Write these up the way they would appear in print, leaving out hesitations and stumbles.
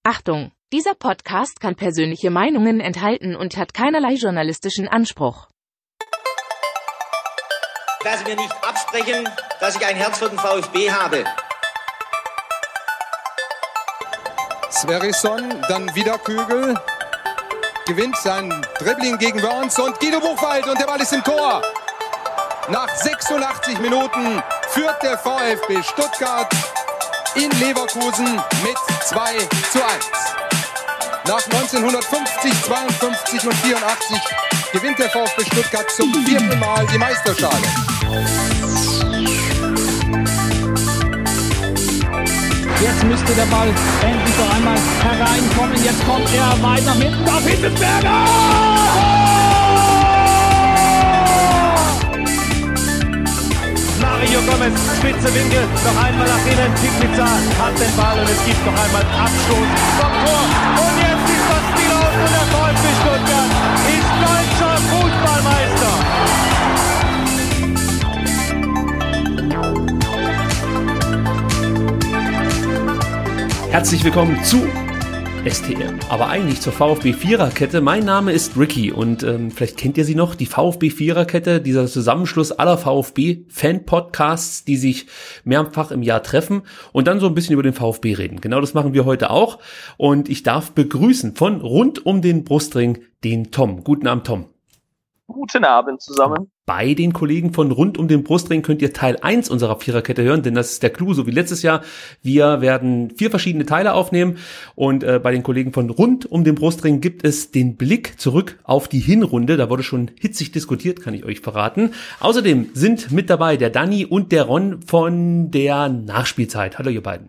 Achtung, dieser Podcast kann persönliche Meinungen enthalten und hat keinerlei journalistischen Anspruch. Ich lasse mir nicht absprechen, dass ich ein Herz für den VfB habe. Sverrisson, dann wieder Kügel, gewinnt sein Dribbling gegen Wörns und Guido Buchwald und der Ball ist im Tor. Nach 86 Minuten führt der VfB Stuttgart in Leverkusen mit 2:1. Nach 1950, 52 und 84 gewinnt der VfB Stuttgart zum 4. Mal die Meisterschale. Jetzt müsste der Ball endlich noch einmal hereinkommen. Jetzt kommt er weit nach hinten auf Hitzelsberger! Mario Gomez, spitze Winkel, noch einmal nach innen. Pizza hat den Ball und es gibt noch einmal Abstoß vom Tor. Und jetzt ist das Spiel aus und der VfB Stuttgart ist deutscher Fußballmeister. Herzlich willkommen zu STR, aber eigentlich zur VfB Viererkette. Mein Name ist Ricky und vielleicht kennt ihr sie noch, die VfB Viererkette, dieser Zusammenschluss aller VfB-Fan-Podcasts, die sich mehrfach im Jahr treffen und dann so ein bisschen über den VfB reden. Genau das machen wir heute auch und ich darf begrüßen von rund um den Brustring den Tom. Guten Abend, Tom. Guten Abend zusammen. Bei den Kollegen von rund um den Brustring könnt ihr Teil 1 unserer Viererkette hören, denn das ist der Clou, so wie letztes Jahr. Wir werden 4 verschiedene Teile aufnehmen und bei den Kollegen von rund um den Brustring gibt es den Blick zurück auf die Hinrunde. Da wurde schon hitzig diskutiert, kann ich euch verraten. Außerdem sind mit dabei der Dani und der Ron von der Nachspielzeit. Hallo ihr beiden.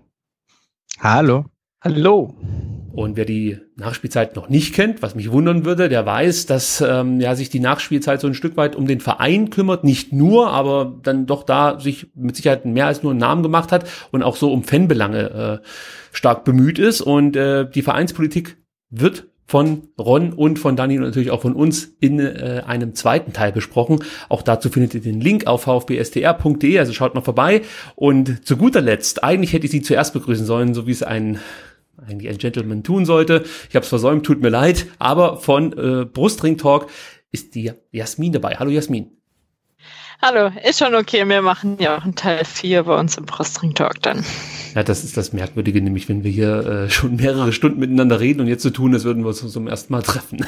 Hallo. Hallo. Und wer die Nachspielzeit noch nicht kennt, was mich wundern würde, der weiß, dass sich die Nachspielzeit so ein Stück weit um den Verein kümmert. Nicht nur, aber dann doch da sich mit Sicherheit mehr als nur einen Namen gemacht hat und auch so um Fanbelange stark bemüht ist. Und die Vereinspolitik wird von Ron und von Dani und natürlich auch von uns in einem zweiten Teil besprochen. Auch dazu findet ihr den Link auf vfbstr.de, also schaut mal vorbei. Und zu guter Letzt, eigentlich hätte ich sie zuerst begrüßen sollen, so wie es eigentlich ein Gentleman tun sollte. Ich habe es versäumt, tut mir leid. Aber von Brustring Talk ist die Jasmin dabei. Hallo Jasmin. Hallo, ist schon okay. Wir machen ja auch einen Teil 4 bei uns im Brustring Talk dann. Ja, das ist das Merkwürdige, nämlich wenn wir hier schon mehrere Stunden miteinander reden und jetzt so tun, als würden wir uns zum ersten Mal treffen.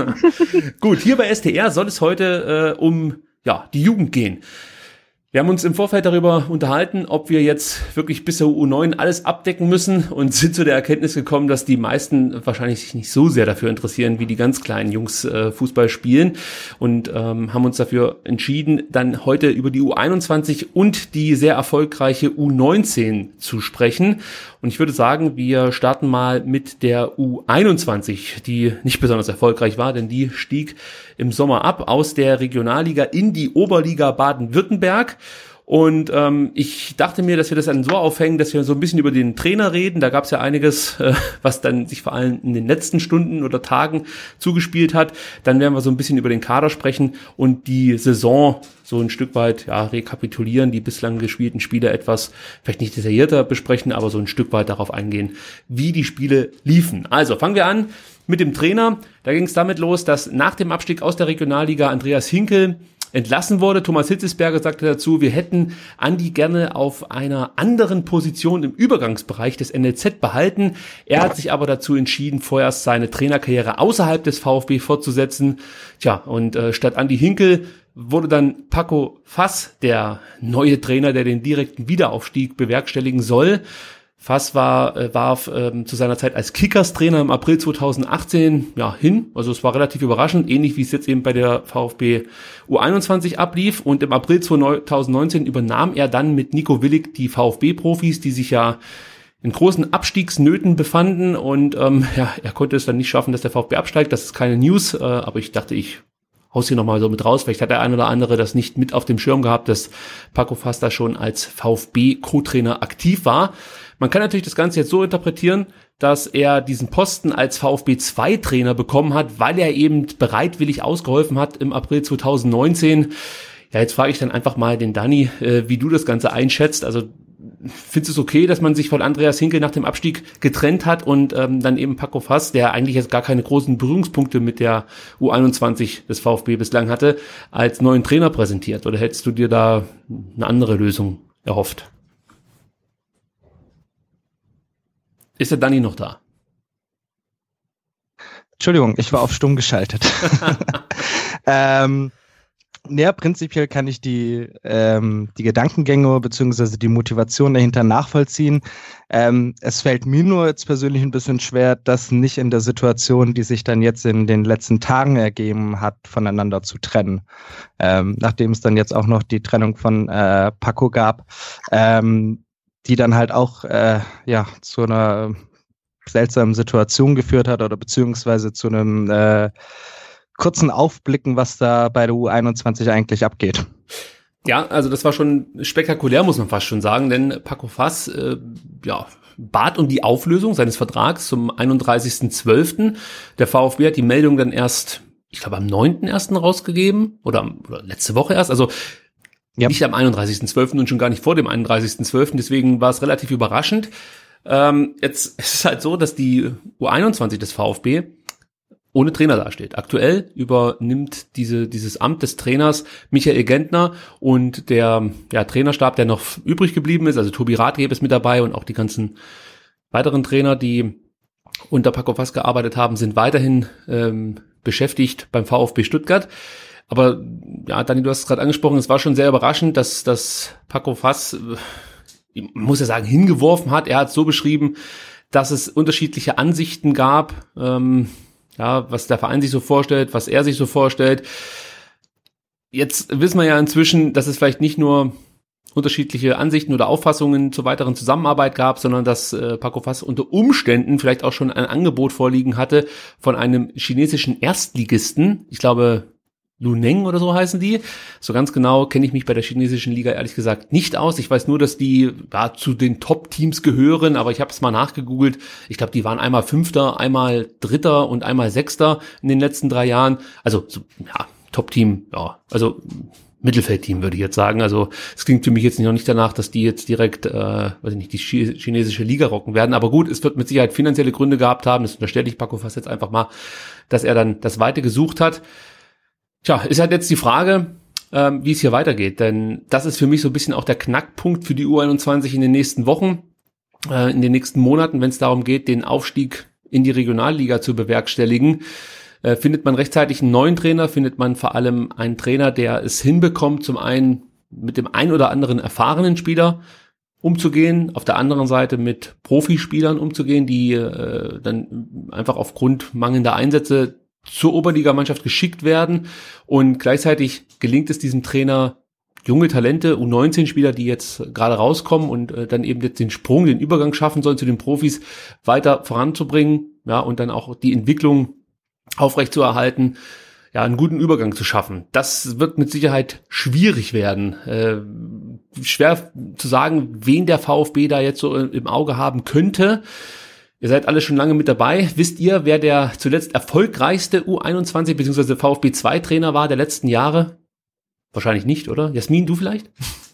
Gut, hier bei STR soll es heute um die Jugend gehen. Wir haben uns im Vorfeld darüber unterhalten, ob wir jetzt wirklich bis zur U9 alles abdecken müssen und sind zu der Erkenntnis gekommen, dass die meisten wahrscheinlich sich nicht so sehr dafür interessieren, wie die ganz kleinen Jungs Fußball spielen und haben uns dafür entschieden, dann heute über die U21 und die sehr erfolgreiche U19 zu sprechen. Und ich würde sagen, wir starten mal mit der U21, die nicht besonders erfolgreich war, denn die stieg im Sommer ab aus der Regionalliga in die Oberliga Baden-Württemberg. Und ich dachte mir, dass wir das dann so aufhängen, dass wir so ein bisschen über den Trainer reden. Da gab es ja einiges, was dann sich vor allem in den letzten Stunden oder Tagen zugespielt hat. Dann werden wir so ein bisschen über den Kader sprechen und die Saison so ein Stück weit rekapitulieren, die bislang gespielten Spiele etwas, vielleicht nicht detaillierter besprechen, aber so ein Stück weit darauf eingehen, wie die Spiele liefen. Also fangen wir an mit dem Trainer. Da ging es damit los, dass nach dem Abstieg aus der Regionalliga Andreas Hinkel entlassen wurde. Thomas Hitzelsberger sagte dazu, wir hätten Andi gerne auf einer anderen Position im Übergangsbereich des NLZ behalten. Er hat sich aber dazu entschieden, vorerst seine Trainerkarriere außerhalb des VfB fortzusetzen. Und statt Andi Hinkel wurde dann Paco Fass der neue Trainer, der den direkten Wiederaufstieg bewerkstelligen soll. Fass warf zu seiner Zeit als Kickers-Trainer im April 2018 hin. Also es war relativ überraschend, ähnlich wie es jetzt eben bei der VfB U21 ablief. Und im April 2019 übernahm er dann mit Nico Willig die VfB-Profis, die sich ja in großen Abstiegsnöten befanden. Und er konnte es dann nicht schaffen, dass der VfB absteigt. Das ist keine News, aber ich dachte, ich haus hier nochmal so mit raus. Vielleicht hat der ein oder andere das nicht mit auf dem Schirm gehabt, dass Paco Fass da schon als VfB-Co-Trainer aktiv war. Man kann natürlich das Ganze jetzt so interpretieren, dass er diesen Posten als VfB-2-Trainer bekommen hat, weil er eben bereitwillig ausgeholfen hat im April 2019. Ja, jetzt frage ich dann einfach mal den Dani, wie du das Ganze einschätzt. Also findest du es okay, dass man sich von Andreas Hinkel nach dem Abstieg getrennt hat und dann eben Paco Fass, der eigentlich jetzt gar keine großen Berührungspunkte mit der U21 des VfB bislang hatte, als neuen Trainer präsentiert? Oder hättest du dir da eine andere Lösung erhofft? Ist der Dani noch da? Entschuldigung, ich war auf stumm geschaltet. Prinzipiell kann ich die Gedankengänge bzw. die Motivation dahinter nachvollziehen. Es fällt mir nur jetzt persönlich ein bisschen schwer, das nicht in der Situation, die sich dann jetzt in den letzten Tagen ergeben hat, voneinander zu trennen. Nachdem es dann jetzt auch noch die Trennung von Paco gab, die dann halt auch zu einer seltsamen Situation geführt hat oder beziehungsweise zu einem kurzen Aufblicken, was da bei der U21 eigentlich abgeht. Ja, also das war schon spektakulär, muss man fast schon sagen, denn Paco Fass bat um die Auflösung seines Vertrags zum 31.12. Der VfB hat die Meldung dann erst, ich glaube, am 9.1. rausgegeben oder letzte Woche erst, also nicht am 31.12. und schon gar nicht vor dem 31.12., deswegen war es relativ überraschend. Jetzt ist es halt so, dass die U21 des VfB ohne Trainer dasteht. Aktuell übernimmt dieses Amt des Trainers Michael Gentner und der Trainerstab, der noch übrig geblieben ist, also Tobi Rathgeb ist mit dabei und auch die ganzen weiteren Trainer, die unter Paco Fass gearbeitet haben, sind weiterhin beschäftigt beim VfB Stuttgart. Aber ja, Dani, du hast es gerade angesprochen, es war schon sehr überraschend, dass Paco Fass, ich muss ja sagen, hingeworfen hat. Er hat es so beschrieben, dass es unterschiedliche Ansichten gab, was der Verein sich so vorstellt, was er sich so vorstellt. Jetzt wissen wir ja inzwischen, dass es vielleicht nicht nur unterschiedliche Ansichten oder Auffassungen zur weiteren Zusammenarbeit gab, sondern dass Paco Fass unter Umständen vielleicht auch schon ein Angebot vorliegen hatte von einem chinesischen Erstligisten. Ich glaube, Luneng oder so heißen die. So ganz genau kenne ich mich bei der chinesischen Liga ehrlich gesagt nicht aus. Ich weiß nur, dass die zu den Top-Teams gehören, aber ich habe es mal nachgegoogelt. Ich glaube, die waren einmal Fünfter, einmal Dritter und einmal Sechster in den letzten 3 Jahren. Also Top-Team, also Mittelfeldteam würde ich jetzt sagen. Also es klingt für mich jetzt noch nicht danach, dass die jetzt direkt, die chinesische Liga rocken werden. Aber gut, es wird mit Sicherheit finanzielle Gründe gehabt haben. Das unterstelle ich Paco Fass jetzt einfach mal, dass er dann das Weite gesucht hat. Tja, ist halt jetzt die Frage, wie es hier weitergeht, denn das ist für mich so ein bisschen auch der Knackpunkt für die U21 in den nächsten Wochen, in den nächsten Monaten, wenn es darum geht, den Aufstieg in die Regionalliga zu bewerkstelligen. Findet man rechtzeitig einen neuen Trainer, findet man vor allem einen Trainer, der es hinbekommt, zum einen mit dem ein oder anderen erfahrenen Spieler umzugehen, auf der anderen Seite mit Profispielern umzugehen, die dann einfach aufgrund mangelnder Einsätze zur Oberligamannschaft geschickt werden, und gleichzeitig gelingt es diesem Trainer, junge Talente, U19-Spieler, die jetzt gerade rauskommen und dann eben jetzt den Sprung, den Übergang schaffen sollen zu den Profis, weiter voranzubringen, und dann auch die Entwicklung aufrechtzuerhalten, einen guten Übergang zu schaffen. Das wird mit Sicherheit schwierig werden. Schwer zu sagen, wen der VfB da jetzt so im Auge haben könnte. Ihr seid alle schon lange mit dabei. Wisst ihr, wer der zuletzt erfolgreichste U21 bzw. VfB 2 Trainer war der letzten Jahre? Wahrscheinlich nicht, oder? Jasmin, du vielleicht?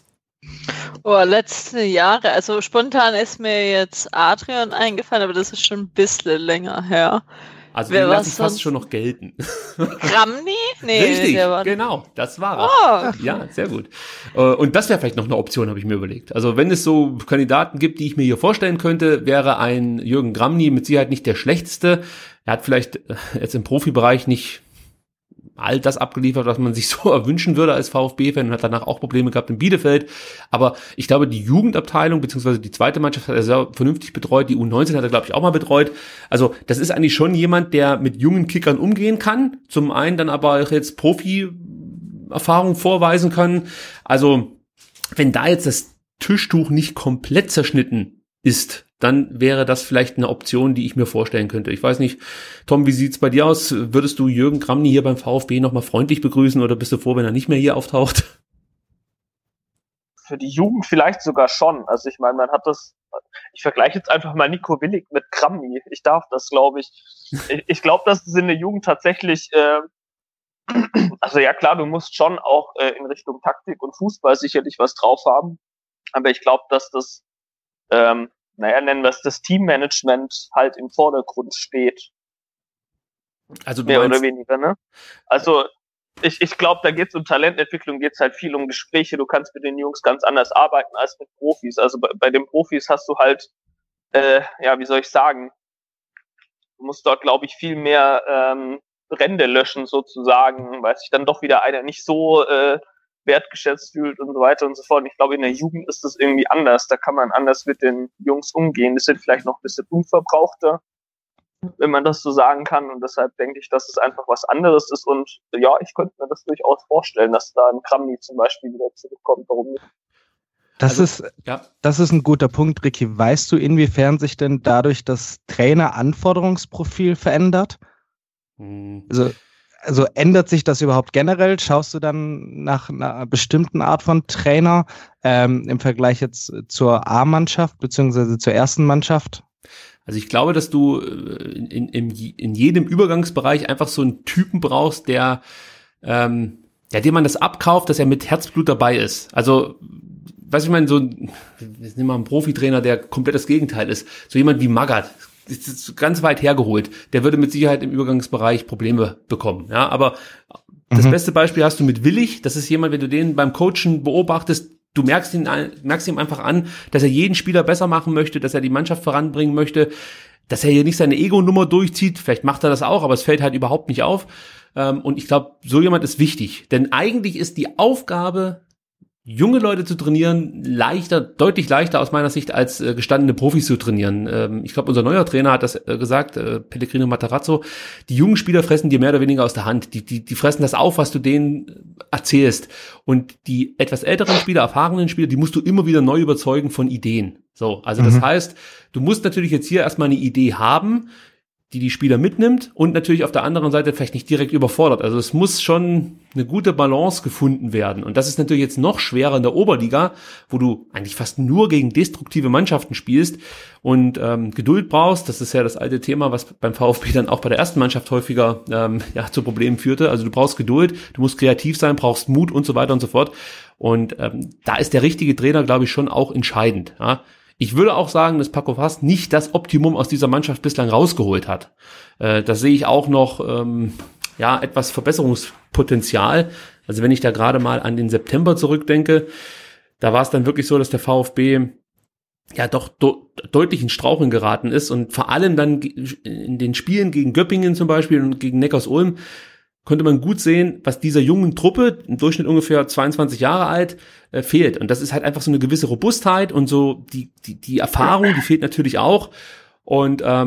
Letzte Jahre, also spontan ist mir jetzt Adrian eingefallen, aber das ist schon ein bisschen länger her. Also den lassen fast schon noch gelten. Kramny? Nee, richtig, genau, das war er. Ja, sehr gut. Und das wäre vielleicht noch eine Option, habe ich mir überlegt. Also wenn es so Kandidaten gibt, die ich mir hier vorstellen könnte, wäre ein Jürgen Kramny mit Sicherheit nicht der schlechteste. Er hat vielleicht jetzt im Profibereich nicht all das abgeliefert, was man sich so erwünschen würde als VfB-Fan, und hat danach auch Probleme gehabt in Bielefeld. Aber ich glaube, die Jugendabteilung bzw. die zweite Mannschaft hat er sehr vernünftig betreut. Die U19 hat er, glaube ich, auch mal betreut. Also das ist eigentlich schon jemand, der mit jungen Kickern umgehen kann. Zum einen dann aber auch jetzt Profi-Erfahrung vorweisen kann. Also wenn da jetzt das Tischtuch nicht komplett zerschnitten ist, dann wäre das vielleicht eine Option, die ich mir vorstellen könnte. Ich weiß nicht, Tom, wie sieht's bei dir aus? Würdest du Jürgen Kramny hier beim VfB nochmal freundlich begrüßen oder bist du froh, wenn er nicht mehr hier auftaucht? Für die Jugend vielleicht sogar schon. Also ich meine, ich vergleiche jetzt einfach mal Nico Willig mit Kramny. Ich darf das, glaube ich. Ich glaube, dass es in der Jugend tatsächlich, also ja klar, du musst schon auch in Richtung Taktik und Fußball sicherlich was drauf haben. Aber ich glaube, dass das nennen wir es, das Teammanagement halt im Vordergrund steht. Also mehr oder weniger, ne? Also ich glaube, da geht's um Talententwicklung, geht's halt viel um Gespräche. Du kannst mit den Jungs ganz anders arbeiten als mit Profis. Also bei den Profis hast du halt, wie soll ich sagen, du musst dort, glaube ich, viel mehr Brände löschen sozusagen, weil sich dann doch wieder einer nicht so wertgeschätzt fühlt und so weiter und so fort. Und ich glaube, in der Jugend ist das irgendwie anders. Da kann man anders mit den Jungs umgehen. Das sind vielleicht noch ein bisschen unverbrauchter, wenn man das so sagen kann. Und deshalb denke ich, dass es einfach was anderes ist. Und ja, ich könnte mir das durchaus vorstellen, dass da ein Kramny zum Beispiel wieder zurückkommt. Warum nicht? Das ist ein guter Punkt, Ricky. Weißt du, inwiefern sich denn dadurch das Trainer-Anforderungsprofil verändert? Also ändert sich das überhaupt generell? Schaust du dann nach einer bestimmten Art von Trainer im Vergleich jetzt zur A-Mannschaft beziehungsweise zur ersten Mannschaft? Also ich glaube, dass du in jedem Übergangsbereich einfach so einen Typen brauchst, dem man das abkauft, dass er mit Herzblut dabei ist. Also, was ich meine, nehmen wir mal einen Profitrainer, der komplett das Gegenteil ist. So jemand wie Magath. Das ist ganz weit hergeholt. Der würde mit Sicherheit im Übergangsbereich Probleme bekommen. Ja, aber das beste Beispiel hast du mit Willig. Das ist jemand, wenn du den beim Coachen beobachtest, du merkst ihm einfach an, dass er jeden Spieler besser machen möchte, dass er die Mannschaft voranbringen möchte, dass er hier nicht seine Ego-Nummer durchzieht. Vielleicht macht er das auch, aber es fällt halt überhaupt nicht auf. Und ich glaube, so jemand ist wichtig. Denn eigentlich ist die Aufgabe, junge Leute zu trainieren, deutlich leichter aus meiner Sicht, als gestandene Profis zu trainieren. Ich glaube, unser neuer Trainer hat das gesagt, Pellegrino Matarazzo, die jungen Spieler fressen dir mehr oder weniger aus der Hand. Die fressen das auf, was du denen erzählst. Und die etwas älteren Spieler, erfahrenen Spieler, die musst du immer wieder neu überzeugen von Ideen. So, also das heißt, du musst natürlich jetzt hier erstmal eine Idee haben, die Spieler mitnimmt und natürlich auf der anderen Seite vielleicht nicht direkt überfordert. Also es muss schon eine gute Balance gefunden werden. Und das ist natürlich jetzt noch schwerer in der Oberliga, wo du eigentlich fast nur gegen destruktive Mannschaften spielst und Geduld brauchst. Das ist ja das alte Thema, was beim VfB dann auch bei der ersten Mannschaft häufiger zu Problemen führte. Also du brauchst Geduld, du musst kreativ sein, brauchst Mut und so weiter und so fort. Und da ist der richtige Trainer, glaube ich, schon auch entscheidend. Ja. Ich würde auch sagen, dass Paco Vaz nicht das Optimum aus dieser Mannschaft bislang rausgeholt hat. Da sehe ich auch noch etwas Verbesserungspotenzial. Also wenn ich da gerade mal an den September zurückdenke, da war es dann wirklich so, dass der VfB doch deutlich in Straucheln geraten ist und vor allem dann in den Spielen gegen Göppingen zum Beispiel und gegen Neckars-Ulm konnte man gut sehen, was dieser jungen Truppe, im Durchschnitt ungefähr 22 Jahre alt, fehlt. Und das ist halt einfach so eine gewisse Robustheit und so die Erfahrung, die fehlt natürlich auch. Und da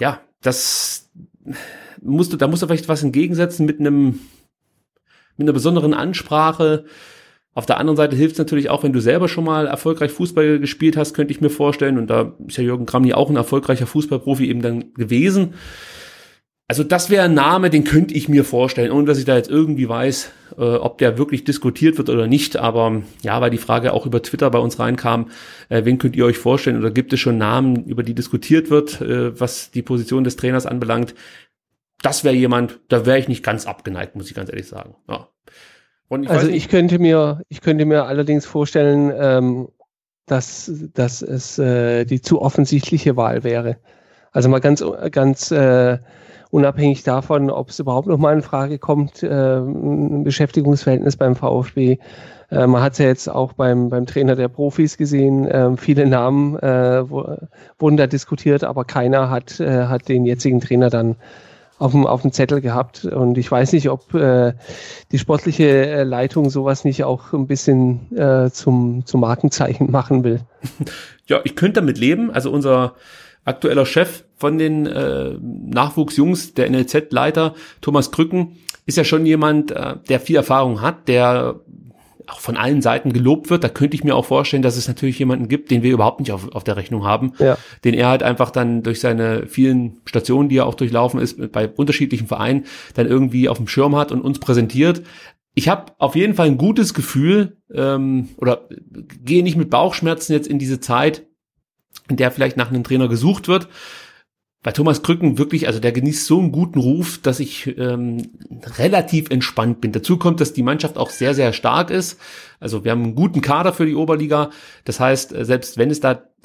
musst du vielleicht was entgegensetzen mit einer besonderen Ansprache. Auf der anderen Seite hilft es natürlich auch, wenn du selber schon mal erfolgreich Fußball gespielt hast, könnte ich mir vorstellen. Und da ist ja Jürgen Kramny auch ein erfolgreicher Fußballprofi eben dann gewesen. Also das wäre ein Name, den könnte ich mir vorstellen, ohne dass ich da jetzt irgendwie weiß, ob der wirklich diskutiert wird oder nicht. Aber ja, weil die Frage auch über Twitter bei uns reinkam, wen könnt ihr euch vorstellen oder gibt es schon Namen, über die diskutiert wird, was die Position des Trainers anbelangt? Das wäre jemand, da wäre ich nicht ganz abgeneigt, muss ich ganz ehrlich sagen. Ja. Und ich könnte mir allerdings vorstellen, dass es die zu offensichtliche Wahl wäre. Also mal ganz unabhängig davon, ob es überhaupt noch mal in Frage kommt, ein Beschäftigungsverhältnis beim VfB. Man hat es ja jetzt auch beim Trainer der Profis gesehen. Viele Namen wurden da diskutiert, aber keiner hat den jetzigen Trainer dann auf dem Zettel gehabt. Und ich weiß nicht, ob die sportliche Leitung sowas nicht auch ein bisschen zum Markenzeichen machen will. Ja, ich könnte damit leben. Also unser aktueller Chef von den Nachwuchsjungs, der NLZ-Leiter Thomas Krücken, ist ja schon jemand, der viel Erfahrung hat, der auch von allen Seiten gelobt wird. Da könnte ich mir auch vorstellen, dass es natürlich jemanden gibt, den wir überhaupt nicht auf der Rechnung haben, den er halt einfach dann durch seine vielen Stationen, die er auch durchlaufen ist, bei unterschiedlichen Vereinen, dann irgendwie auf dem Schirm hat und uns präsentiert. Ich habe auf jeden Fall ein gutes Gefühl oder gehe nicht mit Bauchschmerzen jetzt in diese Zeit, in der vielleicht nach einem Trainer gesucht wird. Bei Thomas Krücken wirklich, also der genießt so einen guten Ruf, dass ich relativ entspannt bin. Dazu kommt, dass die Mannschaft auch sehr, sehr stark ist. Also wir haben einen guten Kader für die Oberliga. Das heißt, selbst wenn es da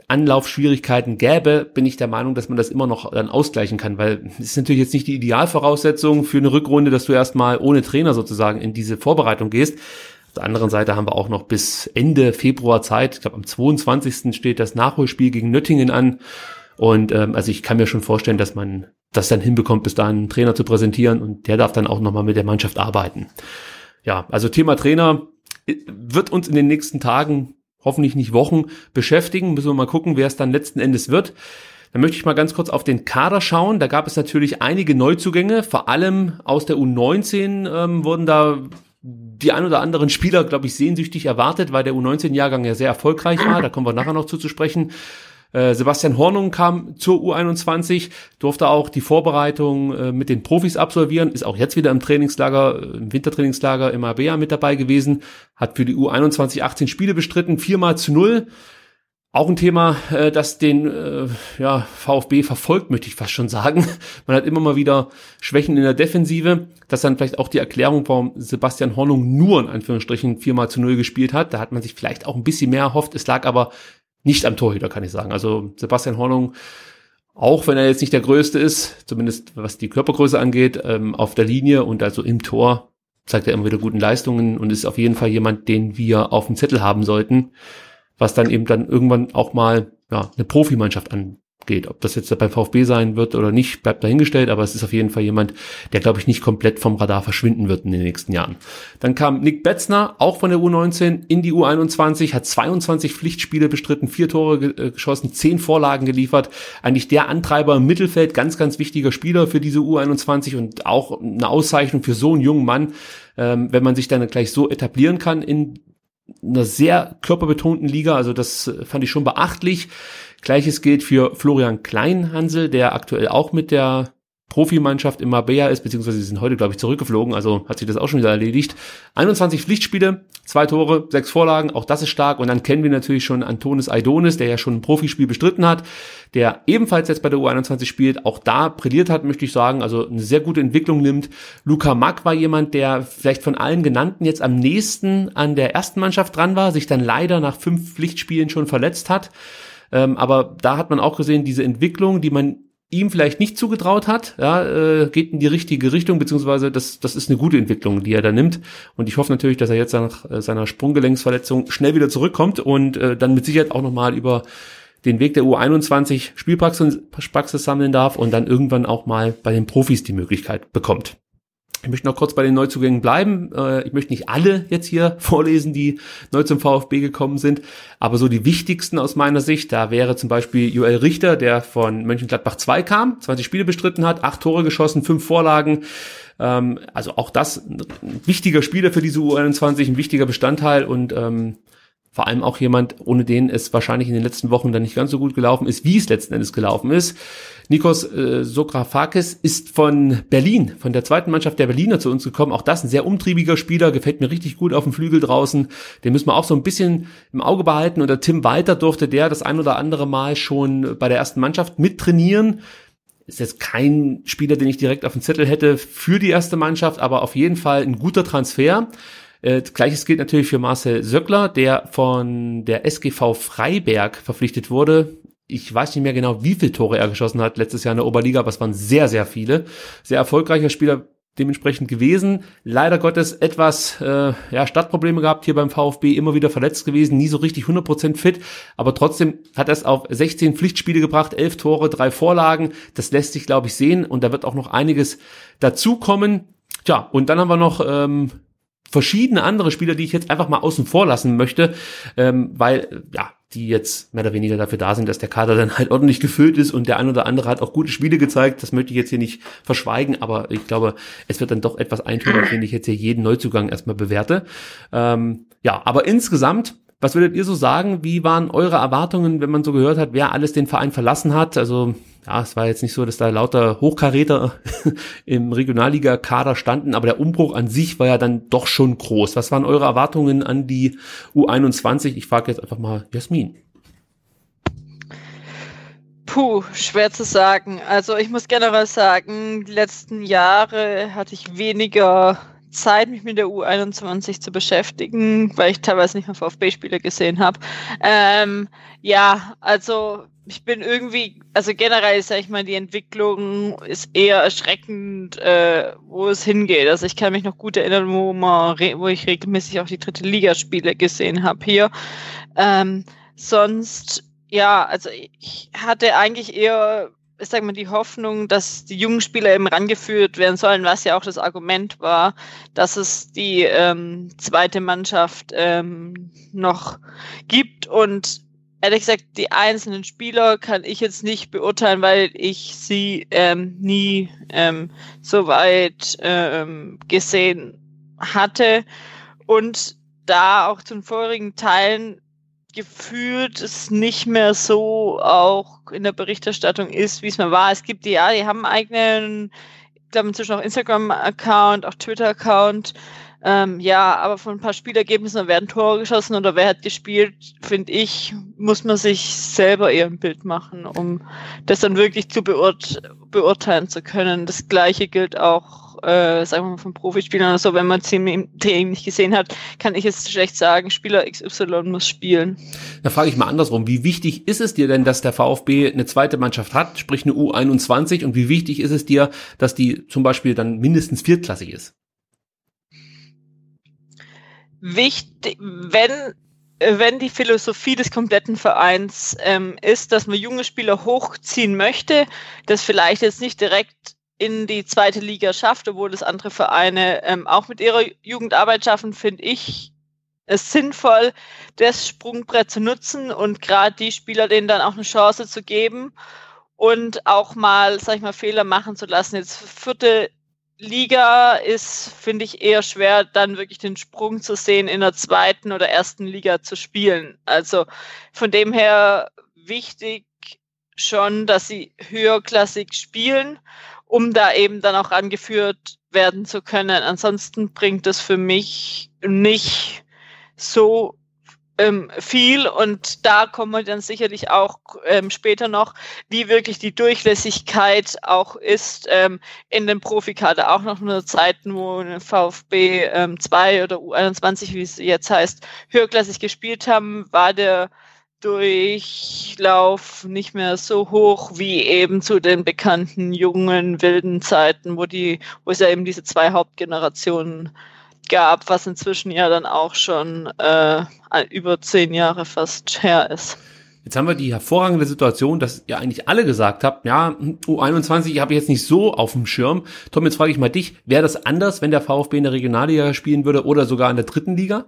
Anlaufschwierigkeiten gäbe, bin ich der Meinung, dass man das immer noch dann ausgleichen kann, weil es ist natürlich jetzt nicht die Idealvoraussetzung für eine Rückrunde, dass du erstmal ohne Trainer sozusagen in diese Vorbereitung gehst. Auf der anderen Seite haben wir auch noch bis Ende Februar Zeit. Ich glaube, am 22. steht das Nachholspiel gegen Nöttingen an. Und also ich kann mir schon vorstellen, dass man das dann hinbekommt, bis dahin einen Trainer zu präsentieren und der darf dann auch nochmal mit der Mannschaft arbeiten. Ja, also Thema Trainer wird uns in den nächsten Tagen, hoffentlich nicht Wochen, beschäftigen. Müssen wir mal gucken, wer es dann letzten Endes wird. Dann möchte ich mal ganz kurz auf den Kader schauen. Da gab es natürlich einige Neuzugänge, vor allem aus der U19 wurden da die ein oder anderen Spieler, glaube ich, sehnsüchtig erwartet, weil der U19-Jahrgang ja sehr erfolgreich war. Da kommen wir nachher noch zu sprechen. Sebastian Hornung kam zur U21, durfte auch die Vorbereitung mit den Profis absolvieren, ist auch jetzt wieder im Trainingslager, im Wintertrainingslager im Marbella mit dabei gewesen, hat für die U21 18 Spiele bestritten, 4-0. Auch ein Thema, das den VfB verfolgt, möchte ich fast schon sagen. Man hat immer mal wieder Schwächen in der Defensive. Das ist dann vielleicht auch die Erklärung, warum Sebastian Hornung nur in Anführungsstrichen 4-0 gespielt hat. Da hat man sich vielleicht auch ein bisschen mehr erhofft. Es lag aber nicht am Torhüter, kann ich sagen. Also Sebastian Hornung, auch wenn er jetzt nicht der Größte ist, zumindest was die Körpergröße angeht, auf der Linie und also im Tor zeigt er immer wieder guten Leistungen und ist auf jeden Fall jemand, den wir auf dem Zettel haben sollten, was dann eben dann irgendwann auch mal eine Profimannschaft angeht. Ob das jetzt beim VfB sein wird oder nicht, bleibt dahingestellt, aber es ist auf jeden Fall jemand, der, glaube ich, nicht komplett vom Radar verschwinden wird in den nächsten Jahren. Dann kam Nick Betzner, auch von der U19, in die U21, hat 22 Pflichtspiele bestritten, 4 Tore geschossen, 10 Vorlagen geliefert. Eigentlich der Antreiber im Mittelfeld, ganz, ganz wichtiger Spieler für diese U21 und auch eine Auszeichnung für so einen jungen Mann, wenn man sich dann gleich so etablieren kann in einer sehr körperbetonten Liga. Also das fand ich schon beachtlich. Gleiches gilt für Florian Kleinhansel, der aktuell auch mit der Profimannschaft im Marbella ist, beziehungsweise sie sind heute, glaube ich, zurückgeflogen, also hat sich das auch schon wieder erledigt. 21 Pflichtspiele, 2 Tore, 6 Vorlagen, auch das ist stark. Und dann kennen wir natürlich schon Antonis Aidonis, der ja schon ein Profispiel bestritten hat, der ebenfalls jetzt bei der U21 spielt, auch da brilliert hat, möchte ich sagen, also eine sehr gute Entwicklung nimmt. Luca Mack war jemand, der vielleicht von allen genannten jetzt am nächsten an der ersten Mannschaft dran war, sich dann leider nach 5 Pflichtspielen schon verletzt hat. Aber da hat man auch gesehen, diese Entwicklung, die man ihm vielleicht nicht zugetraut hat, geht in die richtige Richtung, beziehungsweise das ist eine gute Entwicklung, die er da nimmt. Und ich hoffe natürlich, dass er jetzt nach seiner Sprunggelenksverletzung schnell wieder zurückkommt und dann mit Sicherheit auch nochmal über den Weg der U21 Spielpraxis sammeln darf und dann irgendwann auch mal bei den Profis die Möglichkeit bekommt. Ich möchte noch kurz bei den Neuzugängen bleiben. Ich möchte nicht alle jetzt hier vorlesen, die neu zum VfB gekommen sind, aber so die wichtigsten aus meiner Sicht, da wäre zum Beispiel Joel Richter, der von Mönchengladbach 2 kam, 20 Spiele bestritten hat, 8 Tore geschossen, 5 Vorlagen. Also auch das ein wichtiger Spieler für diese U21, ein wichtiger Bestandteil und vor allem auch jemand, ohne den es wahrscheinlich in den letzten Wochen dann nicht ganz so gut gelaufen ist, wie es letzten Endes gelaufen ist. Nikos Sokrafakis ist von Berlin, von der zweiten Mannschaft der Berliner zu uns gekommen. Auch das ein sehr umtriebiger Spieler, gefällt mir richtig gut auf dem Flügel draußen. Den müssen wir auch so ein bisschen im Auge behalten. Und der Tim Walter durfte das ein oder andere Mal schon bei der ersten Mannschaft mittrainieren. Ist jetzt kein Spieler, den ich direkt auf dem Zettel hätte für die erste Mannschaft, aber auf jeden Fall ein guter Transfer. Gleiches gilt natürlich für Marcel Söckler, der von der SGV Freiberg verpflichtet wurde. Ich weiß nicht mehr genau, wie viele Tore er geschossen hat letztes Jahr in der Oberliga, aber es waren sehr, sehr viele. Sehr erfolgreicher Spieler dementsprechend gewesen. Leider Gottes etwas Startprobleme gehabt hier beim VfB, immer wieder verletzt gewesen, nie so richtig 100% fit, aber trotzdem hat er es auf 16 Pflichtspiele gebracht, 11 Tore, 3 Vorlagen. Das lässt sich, glaube ich, sehen und da wird auch noch einiges dazukommen. Tja, und dann haben wir noch verschiedene andere Spieler, die ich jetzt einfach mal außen vor lassen möchte, weil die jetzt mehr oder weniger dafür da sind, dass der Kader dann halt ordentlich gefüllt ist und der ein oder andere hat auch gute Spiele gezeigt. Das möchte ich jetzt hier nicht verschweigen, aber ich glaube, es wird dann doch etwas eintönig, wenn ich jetzt hier jeden Neuzugang erstmal bewerte. Aber insgesamt, was würdet ihr so sagen? Wie waren eure Erwartungen, wenn man so gehört hat, wer alles den Verein verlassen hat? Also es war jetzt nicht so, dass da lauter Hochkaräter im Regionalliga-Kader standen, aber der Umbruch an sich war ja dann doch schon groß. Was waren eure Erwartungen an die U21? Ich frage jetzt einfach mal Jasmin. Schwer zu sagen. Also ich muss generell sagen, die letzten Jahre hatte ich weniger Zeit, mich mit der U21 zu beschäftigen, weil ich teilweise nicht mehr VfB-Spiele gesehen habe. Ja, also ich bin irgendwie, also generell sage ich mal, die Entwicklung ist eher erschreckend, wo es hingeht. Also ich kann mich noch gut erinnern, wo ich regelmäßig auch die 3. Ligaspiele gesehen habe hier. Sonst, ja, also ich hatte eigentlich eher, ich sag mal, die Hoffnung, dass die jungen Spieler eben rangeführt werden sollen, was ja auch das Argument war, dass es die zweite Mannschaft noch gibt. Und ehrlich gesagt, die einzelnen Spieler kann ich jetzt nicht beurteilen, weil ich sie nie so weit gesehen hatte. Und da auch zu den vorigen Teilen gefühlt es nicht mehr so auch in der Berichterstattung ist, wie es mal war. Es gibt die haben einen eigenen, ich glaube inzwischen auch Instagram-Account, auch Twitter-Account. Aber von ein paar Spielergebnissen, werden Tore geschossen oder wer hat gespielt, finde ich, muss man sich selber eher ein Bild machen, um das dann wirklich zu beurteilen zu können. Das Gleiche gilt auch, sagen wir mal, von Profispielern oder so. Wenn man Training nicht gesehen hat, kann ich jetzt schlecht sagen, Spieler XY muss spielen. Da frage ich mal andersrum. Wie wichtig ist es dir denn, dass der VfB eine zweite Mannschaft hat, sprich eine U21, und wie wichtig ist es dir, dass die zum Beispiel dann mindestens viertklassig ist? Wichtig, wenn die Philosophie des kompletten Vereins ist, dass man junge Spieler hochziehen möchte, das vielleicht jetzt nicht direkt in die zweite Liga schafft, obwohl das andere Vereine auch mit ihrer Jugendarbeit schaffen, finde ich es sinnvoll, das Sprungbrett zu nutzen und gerade die Spieler denen dann auch eine Chance zu geben und auch mal, sag ich mal, Fehler machen zu lassen. Jetzt 4. Liga ist, finde ich, eher schwer, dann wirklich den Sprung zu sehen, in der 2. oder 1. Liga zu spielen. Also von dem her wichtig schon, dass sie höherklassig spielen, um da eben dann auch angeführt werden zu können. Ansonsten bringt es für mich nicht so viel, und da kommen wir dann sicherlich auch später noch, wie wirklich die Durchlässigkeit auch ist in dem Profikader. Auch noch nur Zeiten, wo eine VfB 2 oder U21, wie es jetzt heißt, höherklassig gespielt haben, war der Durchlauf nicht mehr so hoch wie eben zu den bekannten jungen, wilden Zeiten, wo es ja eben diese 2 Hauptgenerationen gab, was inzwischen ja dann auch schon über 10 Jahre fast her ist. Jetzt haben wir die hervorragende Situation, dass ihr eigentlich alle gesagt habt, ja, U21 habe ich jetzt nicht so auf dem Schirm. Tom, jetzt frage ich mal dich, wäre das anders, wenn der VfB in der Regionalliga spielen würde oder sogar in der 3. Liga?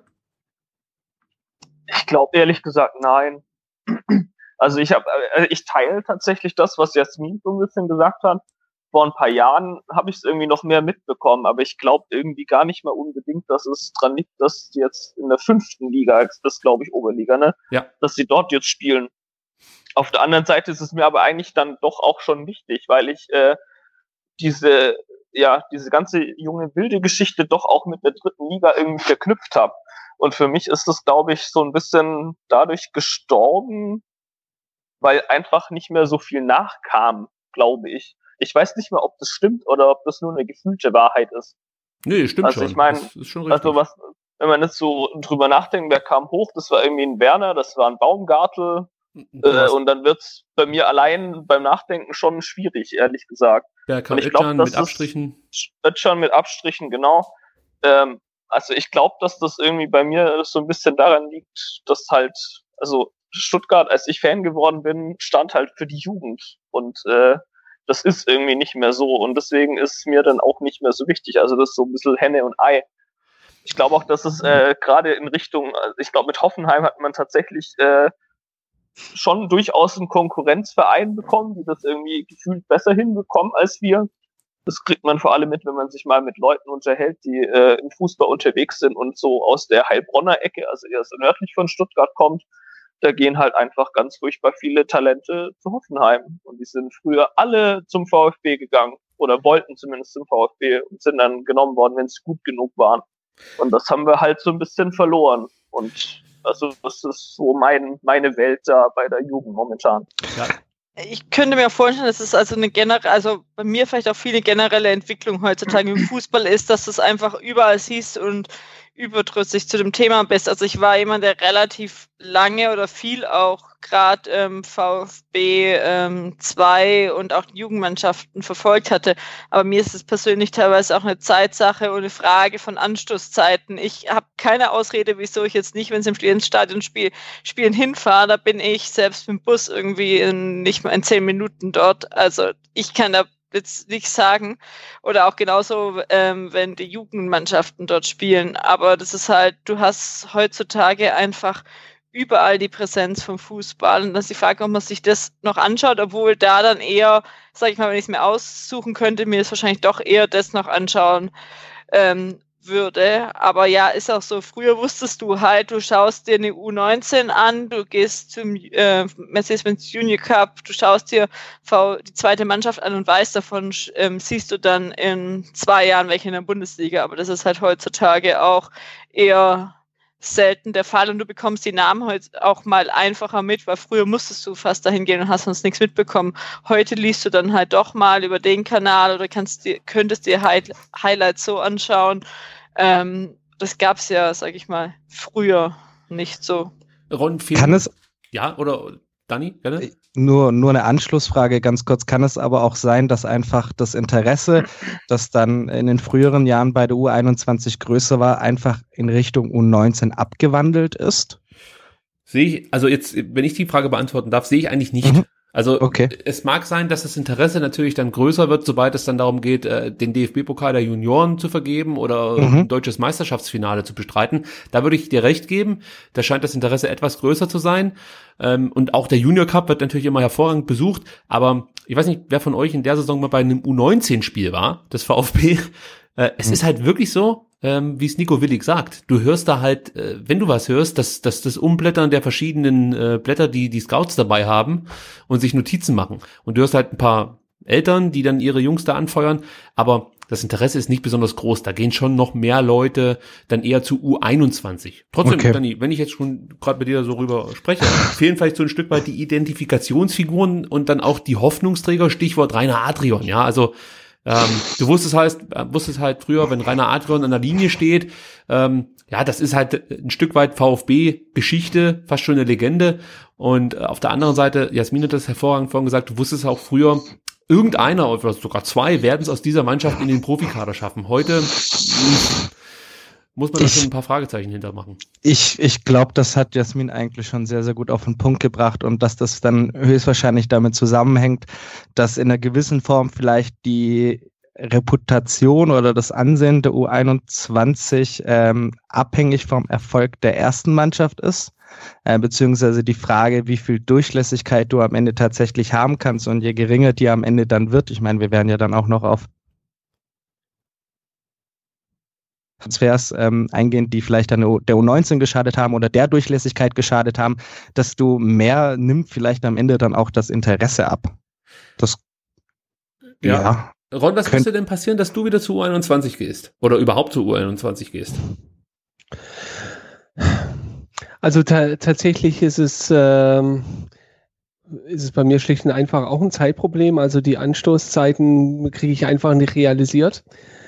Ich glaube ehrlich gesagt, nein. Also ich teile tatsächlich das, was Jasmin so ein bisschen gesagt hat. Vor ein paar Jahren habe ich es irgendwie noch mehr mitbekommen, aber ich glaube irgendwie gar nicht mal unbedingt, dass es dran liegt, dass die jetzt in der 5. Liga, das ist glaube ich Oberliga, ne? Ja. Dass sie dort jetzt spielen. Auf der anderen Seite ist es mir aber eigentlich dann doch auch schon wichtig, weil ich diese ganze junge wilde Geschichte doch auch mit der 3. Liga irgendwie verknüpft habe. Und für mich ist das, glaube ich, so ein bisschen dadurch gestorben, weil einfach nicht mehr so viel nachkam, glaube ich. Ich weiß nicht mehr, ob das stimmt oder ob das nur eine gefühlte Wahrheit ist. Nee, stimmt also schon. Ich meine, also wenn man jetzt so drüber nachdenkt, wer kam hoch, das war irgendwie ein Werner, das war ein Baumgartel, und dann wird's bei mir allein beim Nachdenken schon schwierig, ehrlich gesagt. Und ich glaube, mit Abstrichen. Özcan mit Abstrichen, genau. Also ich glaube, dass das irgendwie bei mir so ein bisschen daran liegt, dass halt, also Stuttgart, als ich Fan geworden bin, stand halt für die Jugend, und das ist irgendwie nicht mehr so, und deswegen ist mir dann auch nicht mehr so wichtig. Also das ist so ein bisschen Henne und Ei. Ich glaube auch, dass es gerade in Richtung, ich glaube mit Hoffenheim hat man tatsächlich schon durchaus einen Konkurrenzverein bekommen, die das irgendwie gefühlt besser hinbekommen als wir. Das kriegt man vor allem mit, wenn man sich mal mit Leuten unterhält, die im Fußball unterwegs sind und so aus der Heilbronner Ecke, also eher so nördlich von Stuttgart kommt. Da gehen halt einfach ganz furchtbar viele Talente zu Hoffenheim. Und die sind früher alle zum VfB gegangen oder wollten zumindest zum VfB und sind dann genommen worden, wenn sie gut genug waren. Und das haben wir halt so ein bisschen verloren. Und also das ist so meine Welt da bei der Jugend momentan. Ja, Ich könnte mir vorstellen, dass es also also bei mir vielleicht auch viele generelle Entwicklung heutzutage im Fußball ist, dass es einfach überall siehst und überdrüssig zu dem Thema bist. Also ich war jemand, der relativ lange oder viel auch gerade VfB 2 und auch Jugendmannschaften verfolgt hatte. Aber mir ist es persönlich teilweise auch eine Zeitsache und eine Frage von Anstoßzeiten. Ich habe keine Ausrede, wieso ich jetzt nicht, wenn es im Stadion spielen hinfahre, da bin ich selbst mit dem Bus irgendwie nicht mal in 10 Minuten dort. Also ich kann da jetzt nicht sagen. Oder auch genauso, wenn die Jugendmannschaften dort spielen. Aber das ist halt, du hast heutzutage einfach überall die Präsenz vom Fußball. Und das ist die Frage, ob man sich das noch anschaut, obwohl da dann eher, sag ich mal, wenn ich es mir aussuchen könnte, mir das wahrscheinlich doch eher das noch anschauen würde. Aber ja, ist auch so, früher wusstest du halt, du schaust dir eine U19 an, du gehst zum Mercedes-Benz Junior Cup, du schaust dir die zweite Mannschaft an und weißt davon, siehst du dann in 2 Jahren welche in der Bundesliga. Aber das ist halt heutzutage auch eher selten der Fall und du bekommst die Namen heute auch mal einfacher mit, weil früher musstest du fast dahin gehen und hast sonst nichts mitbekommen. Heute liest du dann halt doch mal über den Kanal oder könntest dir Highlights so anschauen. Das gab's ja, sag ich mal, früher nicht so. Ron, kann es? Ja, oder Dani, gerne? Nur eine Anschlussfrage ganz kurz. Kann es aber auch sein, dass einfach das Interesse, das dann in den früheren Jahren bei der U21 größer war, einfach in Richtung U19 abgewandelt ist? Sehe ich, also jetzt, wenn ich die Frage beantworten darf, sehe ich eigentlich nicht. Also okay. Es mag sein, dass das Interesse natürlich dann größer wird, sobald es dann darum geht, den DFB-Pokal der Junioren zu vergeben oder ein deutsches Meisterschaftsfinale zu bestreiten. Da würde ich dir recht geben. Da scheint das Interesse etwas größer zu sein. Und auch der Junior Cup wird natürlich immer hervorragend besucht. Aber ich weiß nicht, wer von euch in der Saison mal bei einem U19-Spiel war, das VfB. Es ist halt wirklich so, wie es Nico Willig sagt. Du hörst da halt, wenn du was hörst, das Umblättern der verschiedenen Blätter, die Scouts dabei haben und sich Notizen machen. Und du hörst halt ein paar Eltern, die dann ihre Jungs da anfeuern, aber das Interesse ist nicht besonders groß. Da gehen schon noch mehr Leute dann eher zu U21. Trotzdem, okay. Dani, wenn ich jetzt schon gerade mit dir so rüber spreche, fehlen vielleicht so ein Stück weit die Identifikationsfiguren und dann auch die Hoffnungsträger, Stichwort Rainer Adrian. Ja, also du wusstest halt früher, wenn Rainer Adrian an der Linie steht, ja, das ist halt ein Stück weit VfB-Geschichte, fast schon eine Legende. Und auf der anderen Seite, Jasmin hat das hervorragend vorhin gesagt, du wusstest auch früher, irgendeiner oder sogar 2 werden es aus dieser Mannschaft in den Profikader schaffen. Heute muss man da schon ein paar Fragezeichen hintermachen. Ich glaube, das hat Jasmin eigentlich schon sehr, sehr gut auf den Punkt gebracht und dass das dann höchstwahrscheinlich damit zusammenhängt, dass in einer gewissen Form vielleicht die Reputation oder das Ansehen der U21 abhängig vom Erfolg der ersten Mannschaft ist, beziehungsweise die Frage, wie viel Durchlässigkeit du am Ende tatsächlich haben kannst und je geringer die am Ende dann wird, ich meine, wir werden ja dann auch noch auf Transfers eingehen, die vielleicht dann der U19 geschadet haben oder der Durchlässigkeit geschadet haben, desto mehr nimmt vielleicht am Ende dann auch das Interesse ab. Das, ja. Ron, was müsste denn passieren, dass du wieder zu U21 gehst? Oder überhaupt zu U21 gehst? Also tatsächlich ist es bei mir schlicht und einfach auch ein Zeitproblem. Also die Anstoßzeiten kriege ich einfach nicht realisiert.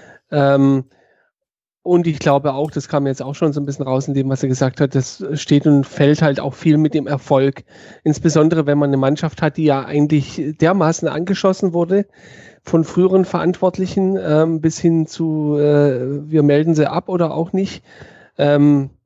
Und ich glaube auch, das kam jetzt auch schon so ein bisschen raus in dem, was er gesagt hat, das steht und fällt halt auch viel mit dem Erfolg. Insbesondere, wenn man eine Mannschaft hat, die ja eigentlich dermaßen angeschossen wurde von früheren Verantwortlichen bis hin zu, wir melden sie ab oder auch nicht. Da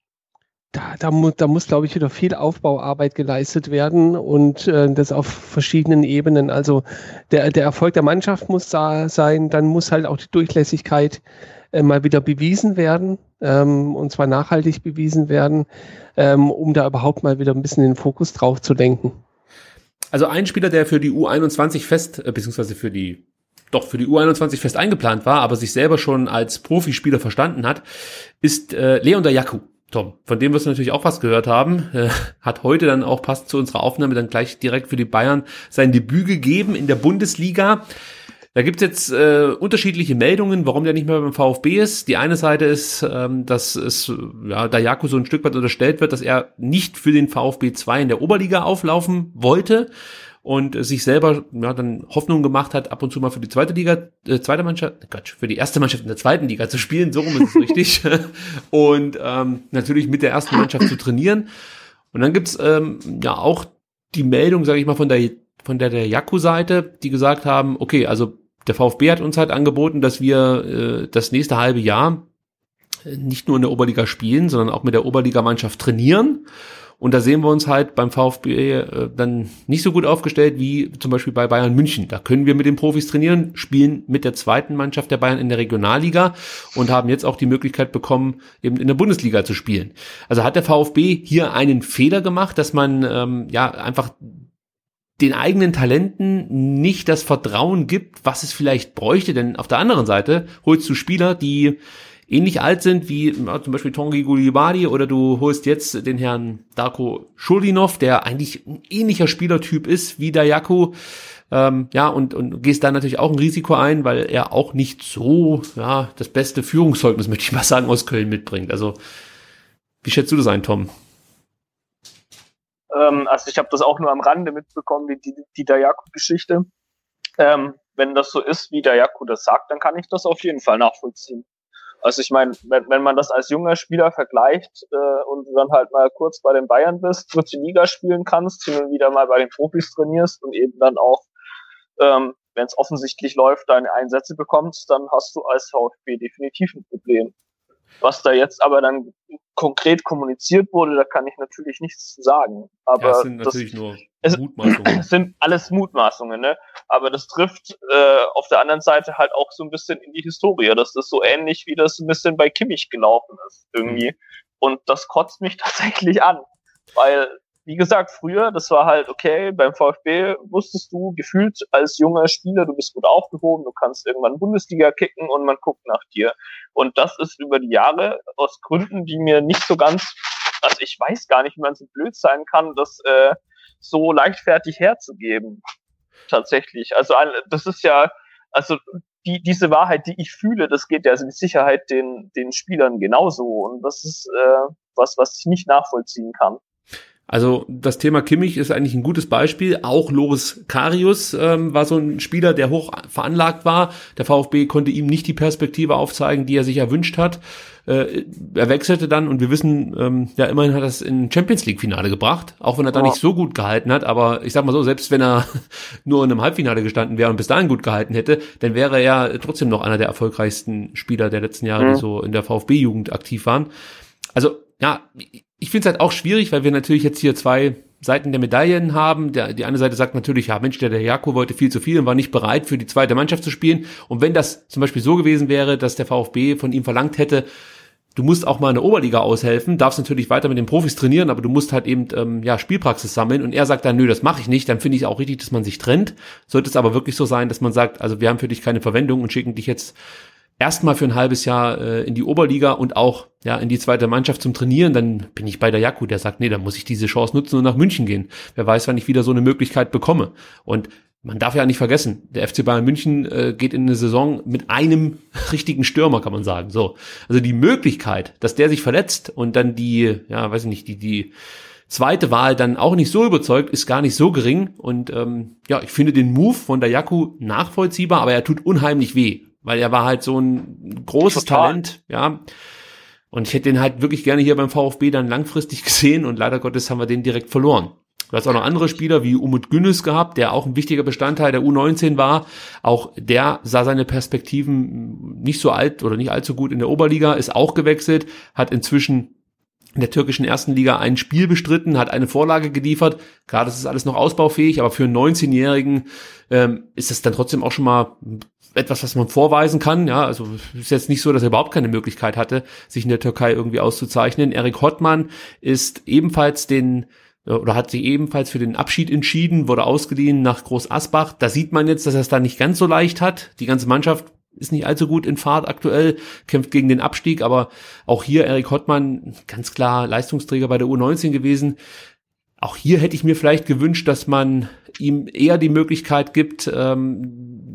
muss, glaube ich, wieder viel Aufbauarbeit geleistet werden und das auf verschiedenen Ebenen. Also der Erfolg der Mannschaft muss da sein, dann muss halt auch die Durchlässigkeit mal wieder bewiesen werden, und zwar nachhaltig bewiesen werden, um da überhaupt mal wieder ein bisschen den Fokus drauf zu lenken. Also ein Spieler, der für die U21 beziehungsweise für die U21 fest eingeplant war, aber sich selber schon als Profispieler verstanden hat, ist Leon Dajaku. Tom, von dem wirst du natürlich auch was gehört haben, hat heute dann auch passend zu unserer Aufnahme dann gleich direkt für die Bayern sein Debüt gegeben in der Bundesliga. Da gibt's jetzt unterschiedliche Meldungen, warum der nicht mehr beim VfB ist. Die eine Seite ist, dass es Dajaku so ein Stück weit unterstellt wird, dass er nicht für den VfB 2 in der Oberliga auflaufen wollte. und sich selber dann Hoffnung gemacht hat, ab und zu mal für die für die erste Mannschaft in der zweiten Liga zu spielen, so rum ist es richtig, und natürlich mit der ersten Mannschaft zu trainieren. Und dann gibt's auch die Meldung, sage ich mal, von der Jaku-Seite, die gesagt haben, okay, also der VfB hat uns halt angeboten, dass wir das nächste halbe Jahr nicht nur in der Oberliga spielen, sondern auch mit der Oberligamannschaft trainieren. Und da sehen wir uns halt beim VfB dann nicht so gut aufgestellt wie zum Beispiel bei Bayern München. Da können wir mit den Profis trainieren, spielen mit der zweiten Mannschaft der Bayern in der Regionalliga und haben jetzt auch die Möglichkeit bekommen, eben in der Bundesliga zu spielen. Also hat der VfB hier einen Fehler gemacht, dass man einfach den eigenen Talenten nicht das Vertrauen gibt, was es vielleicht bräuchte. Denn auf der anderen Seite holst du Spieler, die ähnlich alt sind wie zum Beispiel Tanguy Coulibaly, oder du holst jetzt den Herrn Darko Schulinov, der eigentlich ein ähnlicher Spielertyp ist wie der Jaku, und gehst da natürlich auch ein Risiko ein, weil er auch nicht so das beste Führungszeugnis, möchte ich mal sagen, aus Köln mitbringt. Also wie schätzt du das ein, Tom? Also ich habe das auch nur am Rande mitbekommen, die Dayaku-Geschichte. Wenn das so ist, wie Dayaku das sagt, dann kann ich das auf jeden Fall nachvollziehen. Also ich meine, wenn man das als junger Spieler vergleicht und du dann halt mal kurz bei den Bayern bist, dritte Liga spielen kannst, hin und wieder mal bei den Profis trainierst und eben dann auch, wenn es offensichtlich läuft, deine Einsätze bekommst, dann hast du als VfB definitiv ein Problem. Was da jetzt aber dann konkret kommuniziert wurde, da kann ich natürlich nichts zu sagen. Aber das sind natürlich nur Mutmaßungen. Es sind alles Mutmaßungen, ne? Aber das trifft auf der anderen Seite halt auch so ein bisschen in die Historie. Das ist so ähnlich, wie das ein bisschen bei Kimmich gelaufen ist irgendwie. Und das kotzt mich tatsächlich an. Weil, wie gesagt, früher, das war halt okay, beim VfB wusstest du gefühlt als junger Spieler, du bist gut aufgehoben, du kannst irgendwann Bundesliga kicken und man guckt nach dir. Und das ist über die Jahre aus Gründen, die mir nicht so ganz, also ich weiß gar nicht, wie man so blöd sein kann, das so leichtfertig herzugeben. Tatsächlich. Also das ist ja, also diese Wahrheit, die ich fühle, das geht ja also mit Sicherheit den Spielern genauso. Und das ist was ich nicht nachvollziehen kann. Also das Thema Kimmich ist eigentlich ein gutes Beispiel. Auch Loris Karius war so ein Spieler, der hoch veranlagt war. Der VfB konnte ihm nicht die Perspektive aufzeigen, die er sich erwünscht hat. Er wechselte dann und wir wissen, immerhin hat er es in Champions-League-Finale gebracht, auch wenn er da nicht so gut gehalten hat. Aber ich sag mal so, selbst wenn er nur in einem Halbfinale gestanden wäre und bis dahin gut gehalten hätte, dann wäre er trotzdem noch einer der erfolgreichsten Spieler der letzten Jahre, die so in der VfB-Jugend aktiv waren. Also ich finde es halt auch schwierig, weil wir natürlich jetzt hier zwei Seiten der Medaillen haben. Die eine Seite sagt natürlich, der Jaku wollte viel zu viel und war nicht bereit, für die zweite Mannschaft zu spielen. Und wenn das zum Beispiel so gewesen wäre, dass der VfB von ihm verlangt hätte, du musst auch mal in der Oberliga aushelfen, darfst natürlich weiter mit den Profis trainieren, aber du musst halt eben Spielpraxis sammeln. Und er sagt dann, nö, das mache ich nicht. Dann finde ich auch richtig, dass man sich trennt. Sollte es aber wirklich so sein, dass man sagt, also wir haben für dich keine Verwendung und schicken dich jetzt erstmal für ein halbes Jahr in die Oberliga und auch in die zweite Mannschaft zum Trainieren, dann bin ich bei der Jaku, der sagt, nee, dann muss ich diese Chance nutzen und nach München gehen. Wer weiß, wann ich wieder so eine Möglichkeit bekomme. Und man darf ja nicht vergessen, der FC Bayern München geht in eine Saison mit einem richtigen Stürmer, kann man sagen. So, also die Möglichkeit, dass der sich verletzt und dann die zweite Wahl dann auch nicht so überzeugt, ist gar nicht so gering. Und ich finde den Move von der Jaku nachvollziehbar, aber er tut unheimlich weh. Weil er war halt so ein großes Talent, Und ich hätte den halt wirklich gerne hier beim VfB dann langfristig gesehen und leider Gottes haben wir den direkt verloren. Du hast auch noch andere Spieler wie Umut Günüz gehabt, der auch ein wichtiger Bestandteil der U19 war. Auch der sah seine Perspektiven nicht so alt oder nicht allzu gut in der Oberliga, ist auch gewechselt, hat inzwischen in der türkischen ersten Liga ein Spiel bestritten, hat eine Vorlage geliefert. Klar, das ist alles noch ausbaufähig, aber für einen 19-Jährigen ist das dann trotzdem auch schon mal etwas, was man vorweisen kann. Ja, also ist jetzt nicht so, dass er überhaupt keine Möglichkeit hatte, sich in der Türkei irgendwie auszuzeichnen. Erik Hottmann ist ebenfalls hat sich ebenfalls für den Abschied entschieden, wurde ausgeliehen nach Groß Asbach. Da sieht man jetzt, dass er es da nicht ganz so leicht hat. Die ganze Mannschaft ist nicht allzu gut in Fahrt aktuell, kämpft gegen den Abstieg, aber auch hier Erik Hottmann, ganz klar Leistungsträger bei der U19 gewesen. Auch hier hätte ich mir vielleicht gewünscht, dass man ihm eher die Möglichkeit gibt,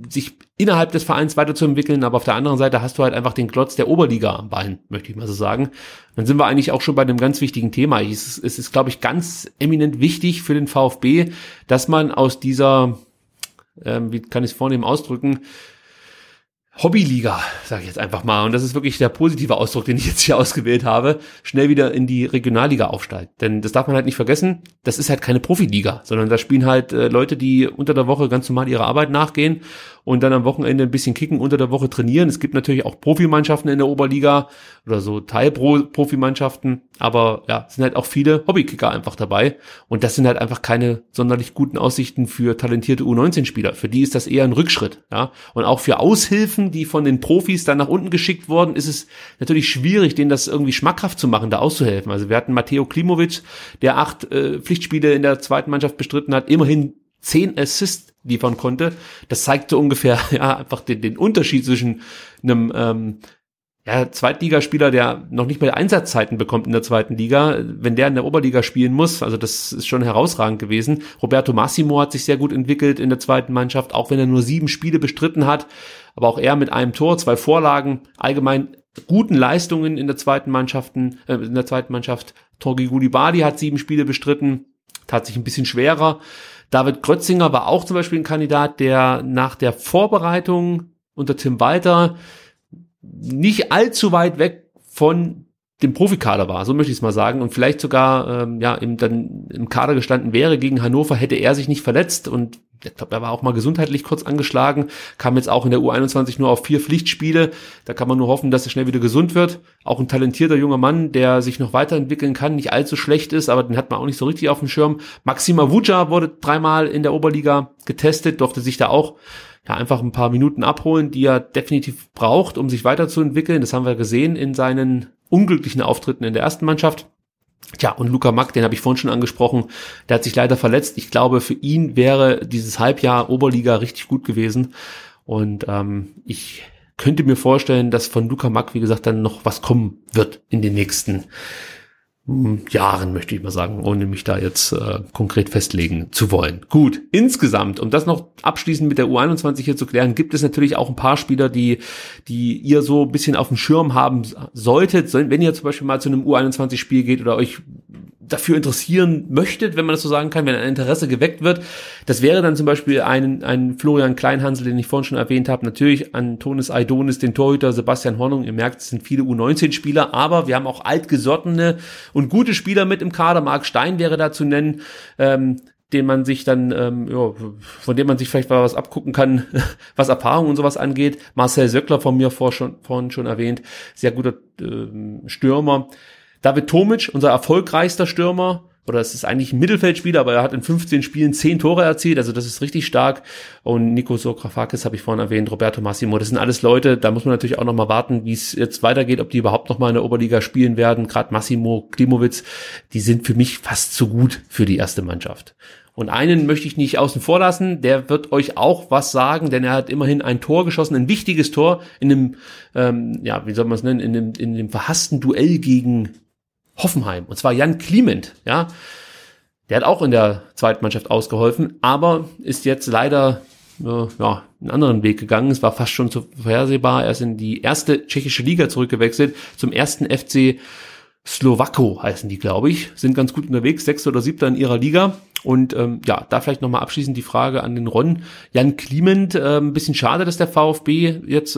sich innerhalb des Vereins weiterzuentwickeln, aber auf der anderen Seite hast du halt einfach den Klotz der Oberliga am Bein, möchte ich mal so sagen. Dann sind wir eigentlich auch schon bei einem ganz wichtigen Thema. Es ist, glaube ich, ganz eminent wichtig für den VfB, dass man aus dieser, wie kann ich es vornehm ausdrücken, Hobbyliga, sage ich jetzt einfach mal, und das ist wirklich der positive Ausdruck, den ich jetzt hier ausgewählt habe, schnell wieder in die Regionalliga aufsteigt. Denn das darf man halt nicht vergessen, das ist halt keine Profiliga, sondern da spielen halt Leute, die unter der Woche ganz normal ihrer Arbeit nachgehen und dann am Wochenende ein bisschen kicken, unter der Woche trainieren. Es gibt natürlich auch Profimannschaften in der Oberliga oder so Teilprofimannschaften, aber ja, es sind halt auch viele Hobbykicker einfach dabei und das sind halt einfach keine sonderlich guten Aussichten für talentierte U19-Spieler. Für die ist das eher ein Rückschritt, ja. Und auch für Aushilfen, die von den Profis dann nach unten geschickt wurden, ist es natürlich schwierig, denen das irgendwie schmackhaft zu machen, da auszuhelfen. Also wir hatten Mateo Klimovic, der 8 Pflichtspiele in der zweiten Mannschaft bestritten hat, immerhin 10 Assists liefern konnte. Das zeigt so ungefähr ja einfach den Unterschied zwischen einem Zweitligaspieler, der noch nicht mehr Einsatzzeiten bekommt in der zweiten Liga, wenn der in der Oberliga spielen muss. Also das ist schon herausragend gewesen. Roberto Massimo hat sich sehr gut entwickelt in der zweiten Mannschaft, auch wenn er nur 7 Spiele bestritten hat. Aber auch er mit einem Tor, 2 Vorlagen, allgemein guten Leistungen in der zweiten Mannschaft. Torgi Gulibali hat 7 Spiele bestritten, tat sich ein bisschen schwerer. David Grötzinger war auch zum Beispiel ein Kandidat, der nach der Vorbereitung unter Tim Walter nicht allzu weit weg von dem Profikader war, so möchte ich es mal sagen, und vielleicht sogar dann im Kader gestanden wäre gegen Hannover, hätte er sich nicht verletzt, und ich glaube, er war auch mal gesundheitlich kurz angeschlagen, kam jetzt auch in der U21 nur auf 4 Pflichtspiele, da kann man nur hoffen, dass er schnell wieder gesund wird. Auch ein talentierter junger Mann, der sich noch weiterentwickeln kann, nicht allzu schlecht ist, aber den hat man auch nicht so richtig auf dem Schirm. Maxima Vuja wurde 3-mal in der Oberliga getestet, durfte sich da auch einfach ein paar Minuten abholen, die er definitiv braucht, um sich weiterzuentwickeln. Das haben wir gesehen in seinen unglücklichen Auftritten in der ersten Mannschaft. Tja, und Luca Mack, den habe ich vorhin schon angesprochen, der hat sich leider verletzt. Ich glaube, für ihn wäre dieses Halbjahr Oberliga richtig gut gewesen. Und ich könnte mir vorstellen, dass von Luca Mack, wie gesagt, dann noch was kommen wird in den nächsten Jahren, möchte ich mal sagen, ohne mich da jetzt konkret festlegen zu wollen. Gut, insgesamt, um das noch abschließend mit der U21 hier zu klären, gibt es natürlich auch ein paar Spieler, die ihr so ein bisschen auf dem Schirm haben solltet, wenn ihr zum Beispiel mal zu einem U21-Spiel geht oder euch dafür interessieren möchtet, wenn man das so sagen kann, wenn ein Interesse geweckt wird. Das wäre dann zum Beispiel ein Florian Kleinhansel, den ich vorhin schon erwähnt habe, natürlich Antonis Aidonis, den Torhüter, Sebastian Hornung. Ihr merkt, es sind viele U19-Spieler, aber wir haben auch altgesottene und gute Spieler mit im Kader. Marc Stein wäre da zu nennen, den man sich dann, von dem man sich vielleicht was abgucken kann, was Erfahrung und sowas angeht. Marcel Söckler von mir vorhin schon erwähnt, sehr guter Stürmer. David Tomic, unser erfolgreichster Stürmer, oder es ist eigentlich ein Mittelfeldspieler, aber er hat in 15 Spielen 10 Tore erzielt, also das ist richtig stark. Und Nico Sokrafakis habe ich vorhin erwähnt, Roberto Massimo, das sind alles Leute, da muss man natürlich auch nochmal warten, wie es jetzt weitergeht, ob die überhaupt nochmal in der Oberliga spielen werden. Gerade Massimo, Klimovic, die sind für mich fast zu gut für die erste Mannschaft. Und einen möchte ich nicht außen vor lassen, der wird euch auch was sagen, denn er hat immerhin ein Tor geschossen, ein wichtiges Tor in dem, wie soll man es nennen, in dem verhassten Duell gegen Hoffenheim, und zwar Jan Kliment, ja. Der hat auch in der zweiten Mannschaft ausgeholfen, aber ist jetzt leider einen anderen Weg gegangen. Es war fast schon so vorhersehbar. Er ist in die erste tschechische Liga zurückgewechselt, zum ersten FC Slowako heißen die, glaube ich. Sind ganz gut unterwegs, 6. oder 7. in ihrer Liga. Und da vielleicht nochmal abschließend die Frage an den Ron. Jan Kliment, ein bisschen schade, dass der VfB jetzt,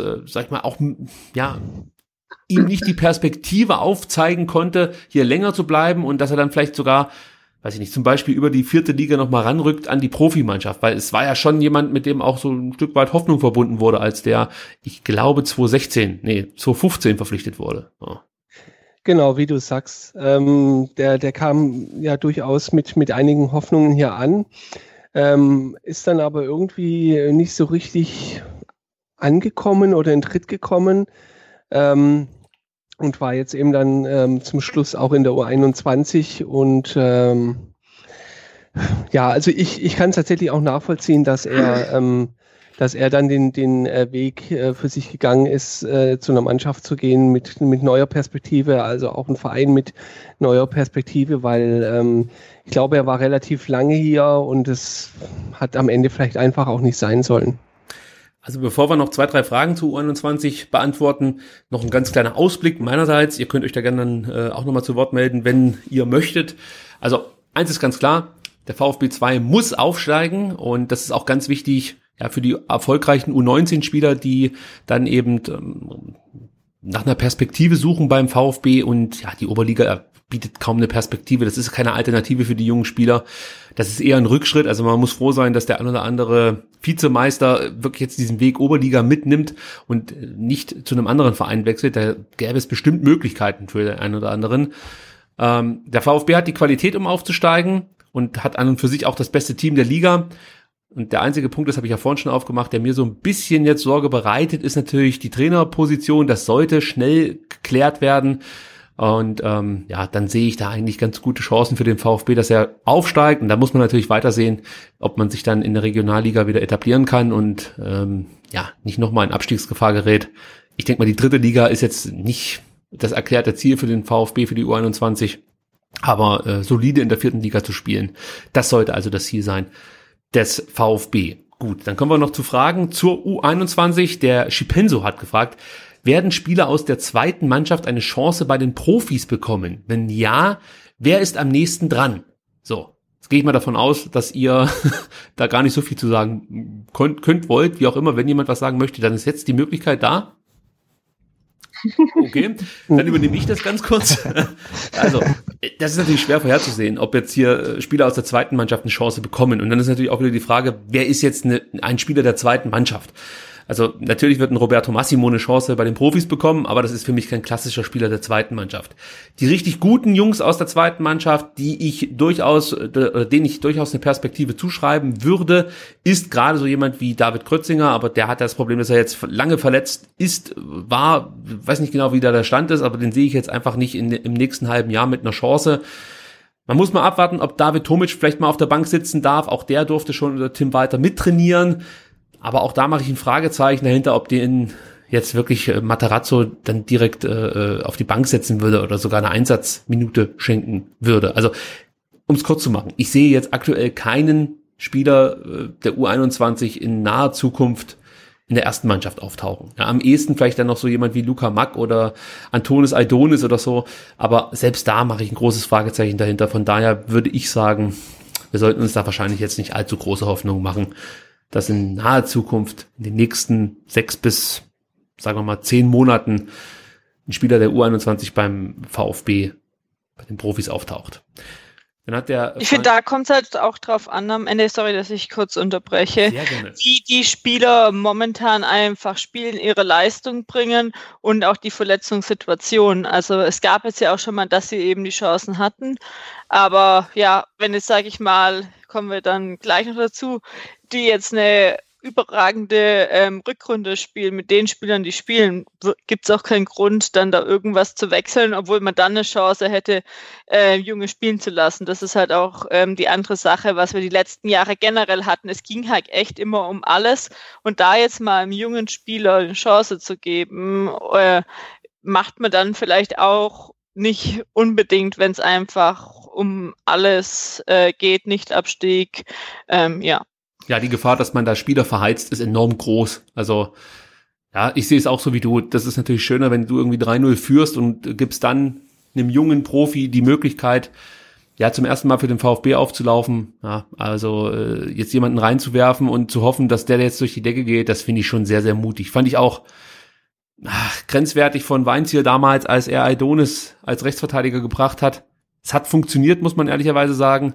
ihm nicht die Perspektive aufzeigen konnte, hier länger zu bleiben und dass er dann vielleicht sogar, weiß ich nicht, zum Beispiel über die 4. Liga nochmal ranrückt an die Profimannschaft, weil es war ja schon jemand, mit dem auch so ein Stück weit Hoffnung verbunden wurde, als der, ich glaube, 2015 verpflichtet wurde. Ja. Genau, wie du sagst, der kam ja durchaus mit einigen Hoffnungen hier an, ist dann aber irgendwie nicht so richtig angekommen oder in Tritt gekommen, und war jetzt eben dann zum Schluss auch in der U21 und also ich kann es tatsächlich auch nachvollziehen, dass er dann den Weg für sich gegangen ist, zu einer Mannschaft zu gehen mit neuer Perspektive, also auch ein Verein mit neuer Perspektive, weil ich glaube, er war relativ lange hier und es hat am Ende vielleicht einfach auch nicht sein sollen. Also bevor wir noch 2, 3 Fragen zu U21 beantworten, noch ein ganz kleiner Ausblick meinerseits. Ihr könnt euch da gerne dann auch nochmal zu Wort melden, wenn ihr möchtet. Also eins ist ganz klar, der VfB 2 muss aufsteigen und das ist auch ganz wichtig, ja, für die erfolgreichen U19-Spieler, die dann eben nach einer Perspektive suchen beim VfB und ja, die Oberliga bietet kaum eine Perspektive. Das ist keine Alternative für die jungen Spieler. Das ist eher ein Rückschritt. Also man muss froh sein, dass der ein oder andere Vizemeister wirklich jetzt diesen Weg Oberliga mitnimmt und nicht zu einem anderen Verein wechselt. Da gäbe es bestimmt Möglichkeiten für den einen oder anderen. Der VfB hat die Qualität, um aufzusteigen und hat an und für sich auch das beste Team der Liga. Und der einzige Punkt, das habe ich ja vorhin schon aufgemacht, der mir so ein bisschen jetzt Sorge bereitet, ist natürlich die Trainerposition. Das sollte schnell geklärt werden. Und ja, dann sehe ich da eigentlich ganz gute Chancen für den VfB, dass er aufsteigt. Und da muss man natürlich weitersehen, ob man sich dann in der Regionalliga wieder etablieren kann und ja, nicht nochmal in Abstiegsgefahr gerät. Ich denke mal, die 3. Liga ist jetzt nicht das erklärte Ziel für den VfB, für die U21. Aber solide in der 4. Liga zu spielen, das sollte also das Ziel sein des VfB. Gut, dann kommen wir noch zu Fragen zur U21. Der Schipenso hat gefragt, werden Spieler aus der 2. Mannschaft eine Chance bei den Profis bekommen? Wenn ja, wer ist am nächsten dran? So, jetzt gehe ich mal davon aus, dass ihr da gar nicht so viel zu sagen wollt, wie auch immer. Wenn jemand was sagen möchte, dann ist jetzt die Möglichkeit da. Okay, dann übernehme ich das ganz kurz. Also, das ist natürlich schwer vorherzusehen, ob jetzt hier Spieler aus der 2. Mannschaft eine Chance bekommen. Und dann ist natürlich auch wieder die Frage, wer ist jetzt ein Spieler der 2. Mannschaft? Also natürlich wird ein Roberto Massimo eine Chance bei den Profis bekommen, aber das ist für mich kein klassischer Spieler der 2. Mannschaft. Die richtig guten Jungs aus der 2. Mannschaft, denen ich durchaus eine Perspektive zuschreiben würde, ist gerade so jemand wie David Krötzinger, aber der hat das Problem, dass er jetzt lange verletzt weiß nicht genau, wie da der Stand ist, aber den sehe ich jetzt einfach nicht im nächsten halben Jahr mit einer Chance. Man muss mal abwarten, ob David Tomic vielleicht mal auf der Bank sitzen darf. Auch der durfte schon unter Tim Walter mittrainieren. Aber auch da mache ich ein Fragezeichen dahinter, ob den jetzt wirklich Matarazzo dann direkt auf die Bank setzen würde oder sogar eine Einsatzminute schenken würde. Also, um es kurz zu machen, ich sehe jetzt aktuell keinen Spieler der U21 in naher Zukunft in der 1. Mannschaft auftauchen. Ja, am ehesten vielleicht dann noch so jemand wie Luka Mack oder Antonis Aidonis oder so. Aber selbst da mache ich ein großes Fragezeichen dahinter. Von daher würde ich sagen, wir sollten uns da wahrscheinlich jetzt nicht allzu große Hoffnungen machen, dass in naher Zukunft, in den nächsten 6 bis, sagen wir mal, 10 Monaten ein Spieler der U21 beim VfB, bei den Profis auftaucht. Dann hat ich finde, da kommt es halt auch drauf an am Ende, sorry, dass ich kurz unterbreche, wie die Spieler momentan einfach spielen, ihre Leistung bringen und auch die Verletzungssituation. Also es gab jetzt ja auch schon mal, dass sie eben die Chancen hatten, aber ja, wenn jetzt, sage ich mal, kommen wir dann gleich noch dazu, die jetzt eine überragende Rückrunde spielen, mit den Spielern, die spielen, gibt es auch keinen Grund, dann da irgendwas zu wechseln, obwohl man dann eine Chance hätte, Junge spielen zu lassen. Das ist halt auch die andere Sache, was wir die letzten Jahre generell hatten. Es ging halt echt immer um alles und da jetzt mal einem jungen Spieler eine Chance zu geben, macht man dann vielleicht auch nicht unbedingt, wenn es einfach um alles geht, nicht Abstieg, ja. Ja, die Gefahr, dass man da Spieler verheizt, ist enorm groß. Also, ja, ich sehe es auch so wie du. Das ist natürlich schöner, wenn du irgendwie 3-0 führst und gibst dann einem jungen Profi die Möglichkeit, ja, zum ersten Mal für den VfB aufzulaufen. Ja, also jetzt jemanden reinzuwerfen und zu hoffen, dass der jetzt durch die Decke geht, das finde ich schon sehr, sehr mutig. Fand ich auch grenzwertig von Weinziel damals, als er Aidonis als Rechtsverteidiger gebracht hat. Es hat funktioniert, muss man ehrlicherweise sagen.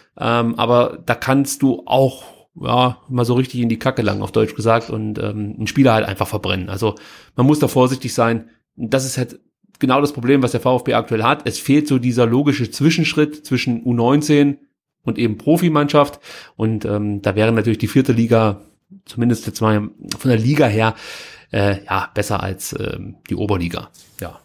Aber da kannst du auch mal so richtig in die Kacke langen, auf Deutsch gesagt, und einen Spieler halt einfach verbrennen. Also man muss da vorsichtig sein. Das ist halt genau das Problem, was der VfB aktuell hat. Es fehlt so dieser logische Zwischenschritt zwischen U19 und eben Profimannschaft. Und da wäre natürlich die 4. Liga, zumindest jetzt mal von der Liga her, besser als die Oberliga. Ja.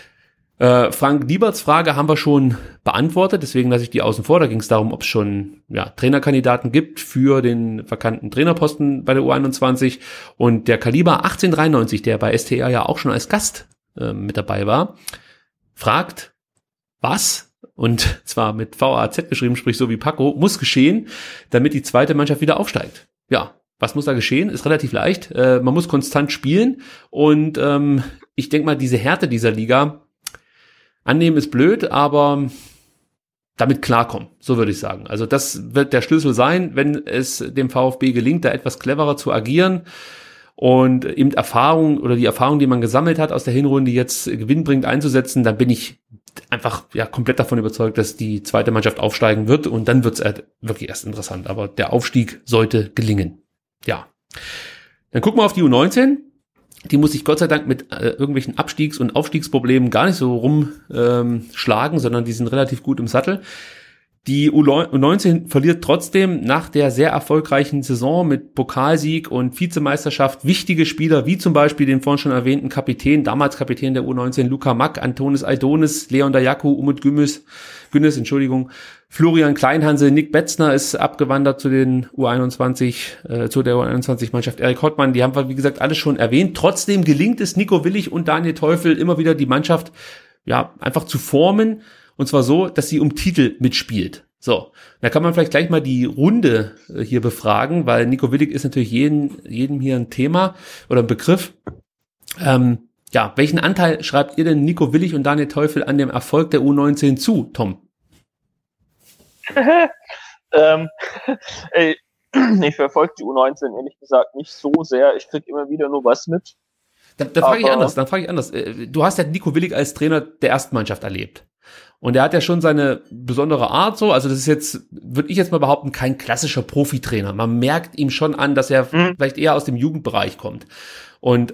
Frank Dieberts Frage haben wir schon beantwortet, deswegen lasse ich die außen vor. Da ging es darum, ob es schon Trainerkandidaten gibt für den vakanten Trainerposten bei der U21. Und der Kaliber 1893, der bei STR ja auch schon als Gast mit dabei war, fragt, was, und zwar mit VAZ geschrieben, sprich so wie Paco, muss geschehen, damit die 2. Mannschaft wieder aufsteigt. Ja, was muss da geschehen? Ist relativ leicht. Man muss konstant spielen und ich denke mal, diese Härte dieser Liga annehmen ist blöd, aber damit klarkommen, so würde ich sagen. Also das wird der Schlüssel sein, wenn es dem VfB gelingt, da etwas cleverer zu agieren und eben die Erfahrung, die man gesammelt hat aus der Hinrunde jetzt gewinnbringend einzusetzen, dann bin ich einfach komplett davon überzeugt, dass die zweite Mannschaft aufsteigen wird und dann wird es wirklich erst interessant. Aber der Aufstieg sollte gelingen. Ja. Dann gucken wir auf die U19. Die muss sich Gott sei Dank mit irgendwelchen Abstiegs- und Aufstiegsproblemen gar nicht so rumschlagen, sondern die sind relativ gut im Sattel. Die U19 verliert trotzdem nach der sehr erfolgreichen Saison mit Pokalsieg und Vizemeisterschaft wichtige Spieler, wie zum Beispiel den vorhin schon erwähnten Kapitän, damals Kapitän der U19, Luca Mack, Antonis Aidonis, Leon Dayaku, Umut Günnes, Florian Kleinhansel, Nick Betzner ist abgewandert zu den U21, zu der U21-Mannschaft, Erik Hottmann, die haben wir, wie gesagt, alles schon erwähnt. Trotzdem gelingt es Nico Willig und Daniel Teufel immer wieder die Mannschaft, einfach zu formen. Und zwar so, dass sie um Titel mitspielt. So, da kann man vielleicht gleich mal die Runde hier befragen, weil Nico Willig ist natürlich jedem hier ein Thema oder ein Begriff. Welchen Anteil schreibt ihr denn Nico Willig und Daniel Teufel an dem Erfolg der U19 zu, Tom? Ich verfolge die U19 ehrlich gesagt nicht so sehr. Ich kriege immer wieder nur was mit. Dann frage ich anders. Du hast ja Nico Willig als Trainer der ersten Mannschaft erlebt. Und er hat ja schon seine besondere Art so. Also das ist jetzt, würde ich jetzt mal behaupten, kein klassischer Profitrainer. Man merkt ihm schon an, dass er vielleicht eher aus dem Jugendbereich kommt. Und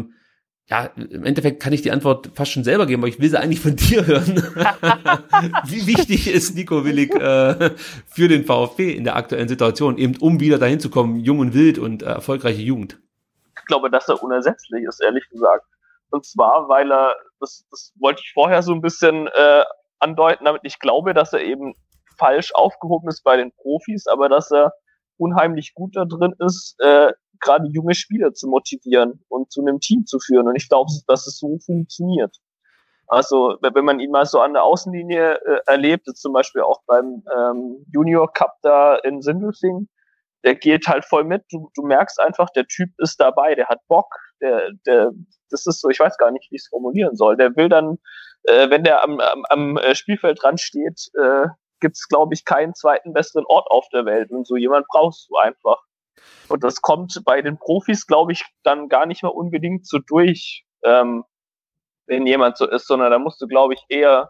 im Endeffekt kann ich die Antwort fast schon selber geben, aber ich will sie eigentlich von dir hören. Wie wichtig ist Nico Willig für den VfB in der aktuellen Situation, eben um wieder dahin zu kommen, jung und wild und erfolgreiche Jugend? Ich glaube, dass er unersetzlich ist, ehrlich gesagt. Und zwar, weil er, das wollte ich vorher so ein bisschen andeuten, damit ich glaube, dass er eben falsch aufgehoben ist bei den Profis, aber dass er unheimlich gut da drin ist, gerade junge Spieler zu motivieren und zu einem Team zu führen. Und ich glaube, dass es so funktioniert. Also, wenn man ihn mal so an der Außenlinie erlebt, zum Beispiel auch beim Junior Cup da in Sindelfingen, der geht halt voll mit. Du merkst einfach, der Typ ist dabei, der hat Bock, das ist so, ich weiß gar nicht, wie ich es formulieren soll. Der will dann, wenn der am Spielfeld dran steht, gibt's, glaube ich, keinen zweiten besseren Ort auf der Welt. Und so jemand brauchst du einfach. Und das kommt bei den Profis, glaube ich, dann gar nicht mehr unbedingt so durch, wenn jemand so ist, sondern da musst du, glaube ich, eher,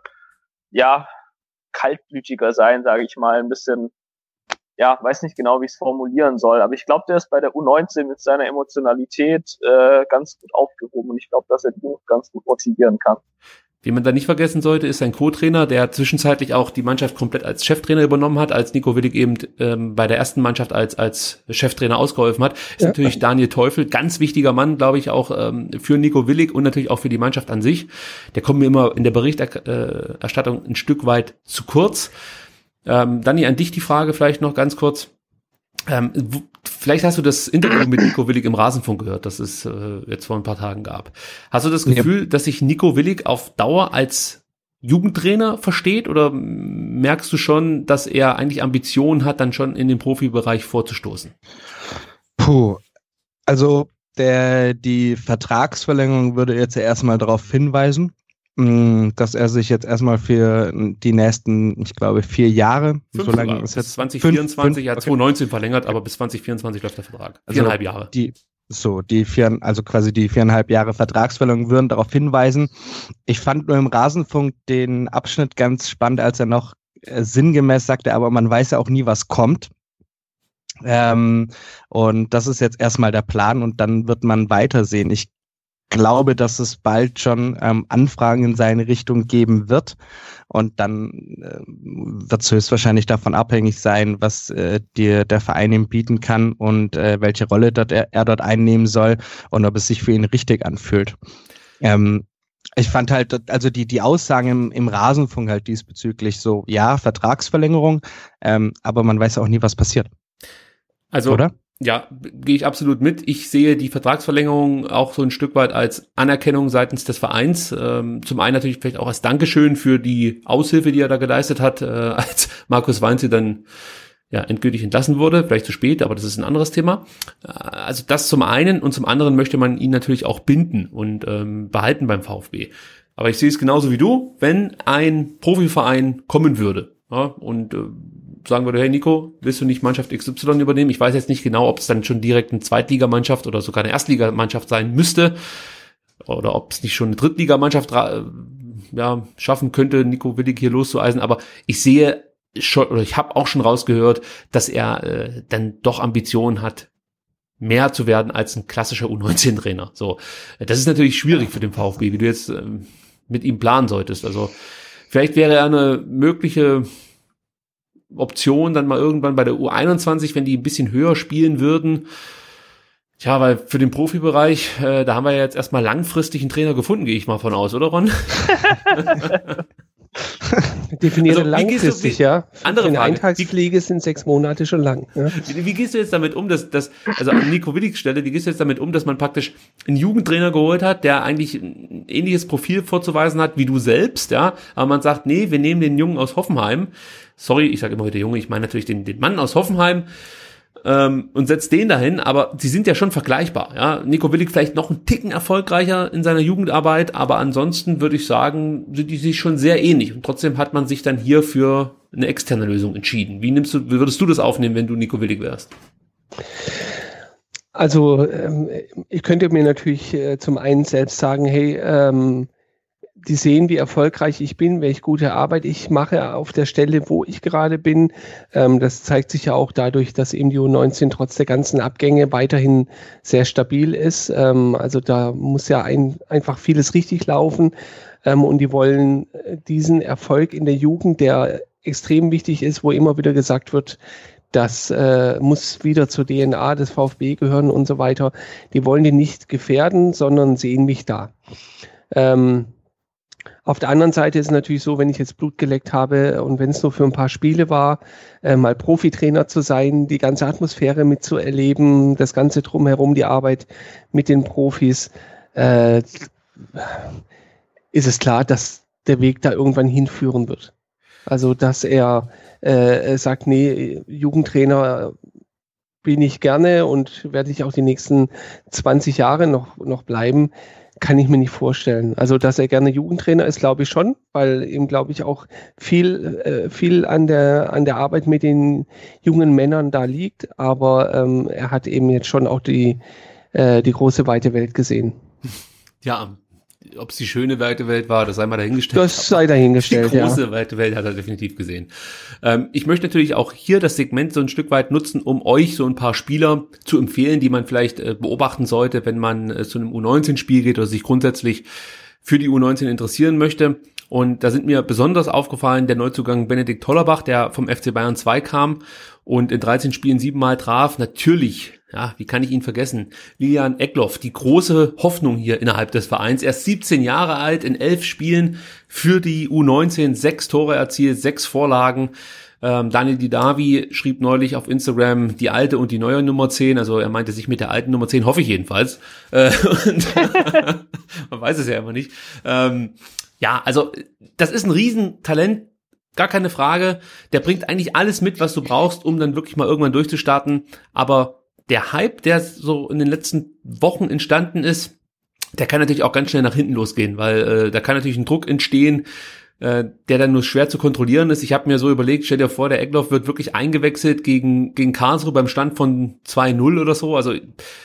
kaltblütiger sein, sage ich mal, ein bisschen, weiß nicht genau, wie ich es formulieren soll, aber ich glaube, der ist bei der U19 mit seiner Emotionalität ganz gut aufgehoben und ich glaube, dass er die ganz gut motivieren kann. Wen man da nicht vergessen sollte, ist sein Co-Trainer, der zwischenzeitlich auch die Mannschaft komplett als Cheftrainer übernommen hat, als Nico Willig eben bei der ersten Mannschaft als Cheftrainer ausgeholfen hat. Ist natürlich Daniel Teufel, ganz wichtiger Mann, glaube ich, auch für Nico Willig und natürlich auch für die Mannschaft an sich. Der kommt mir immer in der Berichterstattung ein Stück weit zu kurz. Dani, an dich die Frage vielleicht noch ganz kurz. Vielleicht hast du das Interview mit Nico Willig im Rasenfunk gehört, das es jetzt vor ein paar Tagen gab. Hast du das Gefühl, dass sich Nico Willig auf Dauer als Jugendtrainer versteht oder merkst du schon, dass er eigentlich Ambitionen hat, dann schon in den Profibereich vorzustoßen? Also die Vertragsverlängerung würde jetzt erstmal darauf hinweisen, dass er sich jetzt erstmal für die nächsten, ich glaube, 4 Jahre, so lange ist jetzt 2024, er hat 2019 verlängert, aber bis 2024 läuft der Vertrag. 4,5 Jahre. Die 4,5 Jahre Vertragsverlängerung würden darauf hinweisen. Ich fand nur im Rasenfunk den Abschnitt ganz spannend, als er noch sinngemäß sagte, aber man weiß ja auch nie, was kommt. Und das ist jetzt erstmal der Plan und dann wird man weitersehen. Ich glaube, dass es bald schon Anfragen in seine Richtung geben wird und dann wird es höchstwahrscheinlich davon abhängig sein, was der Verein ihm bieten kann und welche Rolle er dort einnehmen soll und ob es sich für ihn richtig anfühlt. Ich fand halt, also die Aussagen im Rasenfunk halt diesbezüglich so, Vertragsverlängerung, aber man weiß auch nie, was passiert. Also, oder? Ja, gehe ich absolut mit. Ich sehe die Vertragsverlängerung auch so ein Stück weit als Anerkennung seitens des Vereins. Zum einen natürlich vielleicht auch als Dankeschön für die Aushilfe, die er da geleistet hat, als Markus Weinzel dann endgültig entlassen wurde, vielleicht zu spät, aber das ist ein anderes Thema. Also das zum einen und zum anderen möchte man ihn natürlich auch binden und behalten beim VfB. Aber ich sehe es genauso wie du, wenn ein Profiverein kommen würde, ja, und sagen würde, hey Nico, willst du nicht Mannschaft XY übernehmen? Ich weiß jetzt nicht genau, ob es dann schon direkt eine Zweitligamannschaft oder sogar eine Erstligamannschaft sein müsste oder ob es nicht schon eine Drittligamannschaft schaffen könnte, Nico Willig hier loszueisen, aber ich sehe schon, oder ich habe auch schon rausgehört, dass er dann doch Ambitionen hat, mehr zu werden als ein klassischer U19-Trainer. So, das ist natürlich schwierig für den VfB, wie du jetzt mit ihm planen solltest. Also vielleicht wäre er eine mögliche Option dann mal irgendwann bei der U21, wenn die ein bisschen höher spielen würden. Tja, weil für den Profibereich, da haben wir ja jetzt erstmal langfristig einen Trainer gefunden, gehe ich mal von aus, oder Ron? Definiere also, langfristig, ja. Andere Frage. Eintagsfliege sind 6 Monate schon lang. Ja. Wie gehst du jetzt damit um, also an Nico Willigs Stelle, wie gehst du jetzt damit um, dass man praktisch einen Jugendtrainer geholt hat, der eigentlich ein ähnliches Profil vorzuweisen hat wie du selbst, ja, aber man sagt, nee, wir nehmen den Jungen aus Hoffenheim, sorry, ich sage immer wieder Junge, ich meine natürlich den Mann aus Hoffenheim, und setzt den dahin, aber sie sind ja schon vergleichbar. Ja, Nico Willig vielleicht noch einen Ticken erfolgreicher in seiner Jugendarbeit, aber ansonsten würde ich sagen, sind die sich schon sehr ähnlich und trotzdem hat man sich dann hier für eine externe Lösung entschieden. Wie würdest du das aufnehmen, wenn du Nico Willig wärst? Also ich könnte mir natürlich zum einen selbst sagen, hey, die sehen, wie erfolgreich ich bin, welche gute Arbeit ich mache auf der Stelle, wo ich gerade bin. Das zeigt sich ja auch dadurch, dass eben die U19 trotz der ganzen Abgänge weiterhin sehr stabil ist. Also da muss ja einfach vieles richtig laufen. Und die wollen diesen Erfolg in der Jugend, der extrem wichtig ist, wo immer wieder gesagt wird, das muss wieder zur DNA des VfB gehören und so weiter. Die wollen die nicht gefährden, sondern sehen mich da. Auf der anderen Seite ist es natürlich so, wenn ich jetzt Blut geleckt habe und wenn es nur für ein paar Spiele war, mal Profitrainer zu sein, die ganze Atmosphäre mitzuerleben, das Ganze drumherum, die Arbeit mit den Profis, ist es klar, dass der Weg da irgendwann hinführen wird. Also, dass er sagt, nee, Jugendtrainer bin ich gerne und werde ich auch die nächsten 20 Jahre noch bleiben, kann ich mir nicht vorstellen. Also, dass er gerne Jugendtrainer ist, glaube ich schon, weil ihm, glaube ich, auch viel an der Arbeit mit den jungen Männern da liegt. Aber er hat eben jetzt schon auch die große, weite Welt gesehen. Ja, ob es die schöne weite Welt war, das sei mal dahingestellt. Das sei dahingestellt, die große weite Welt hat er definitiv gesehen. Ich möchte natürlich auch hier das Segment so ein Stück weit nutzen, um euch so ein paar Spieler zu empfehlen, die man vielleicht beobachten sollte, wenn man zu einem U19-Spiel geht oder sich grundsätzlich für die U19 interessieren möchte. Und da sind mir besonders aufgefallen der Neuzugang Benedikt Tollerbach, der vom FC Bayern 2 kam und in 13 Spielen 7-mal traf. Natürlich, ja, wie kann ich ihn vergessen? Lilian Eckloff, die große Hoffnung hier innerhalb des Vereins. Erst 17 Jahre alt, in 11 Spielen für die U19, 6 Tore erzielt, 6 Vorlagen. Daniel Didavi schrieb neulich auf Instagram die alte und die neue Nummer 10, also er meinte sich mit der alten Nummer 10, hoffe ich jedenfalls. Und man weiß es ja immer nicht. Ja, also das ist ein Riesentalent, gar keine Frage. Der bringt eigentlich alles mit, was du brauchst, um dann wirklich mal irgendwann durchzustarten. Aber der Hype, der so in den letzten Wochen entstanden ist, der kann natürlich auch ganz schnell nach hinten losgehen, weil da kann natürlich ein Druck entstehen, der dann nur schwer zu kontrollieren ist. Ich habe mir so überlegt, stell dir vor, der Eckloff wird wirklich eingewechselt gegen Karlsruhe beim Stand von 2-0 oder so. Also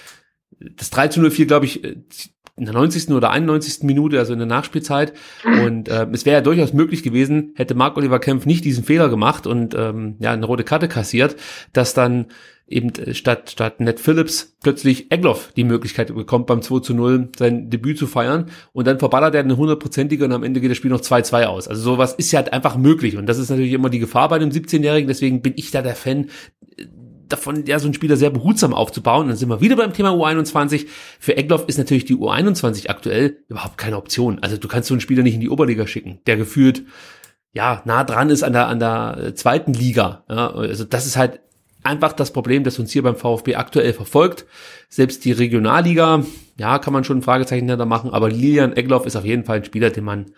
das 3-0 fiel, glaube ich, in der 90. oder 91. Minute, also in der Nachspielzeit. Und es wäre ja durchaus möglich gewesen, hätte Marc-Oliver Kempf nicht diesen Fehler gemacht und eine rote Karte kassiert, dass dann eben statt Ned Phillips plötzlich Eckloff die Möglichkeit bekommt, beim 2-0 sein Debüt zu feiern. Und dann verballert er eine 100%ige und am Ende geht das Spiel noch 2-2 aus. Also sowas ist ja halt einfach möglich. Und das ist natürlich immer die Gefahr bei einem 17-Jährigen. Deswegen bin ich da der Fan davon, ja, so einen Spieler sehr behutsam aufzubauen. Und dann sind wir wieder beim Thema U21. Für Eckloff ist natürlich die U21 aktuell überhaupt keine Option. Also du kannst so einen Spieler nicht in die Oberliga schicken, der gefühlt, ja, nah dran ist an der zweiten Liga. Ja, also das ist halt einfach das Problem, das uns hier beim VfB aktuell verfolgt. Selbst die Regionalliga, ja, kann man schon ein Fragezeichen hinter machen, aber Lilian Eckloff ist auf jeden Fall ein Spieler, den man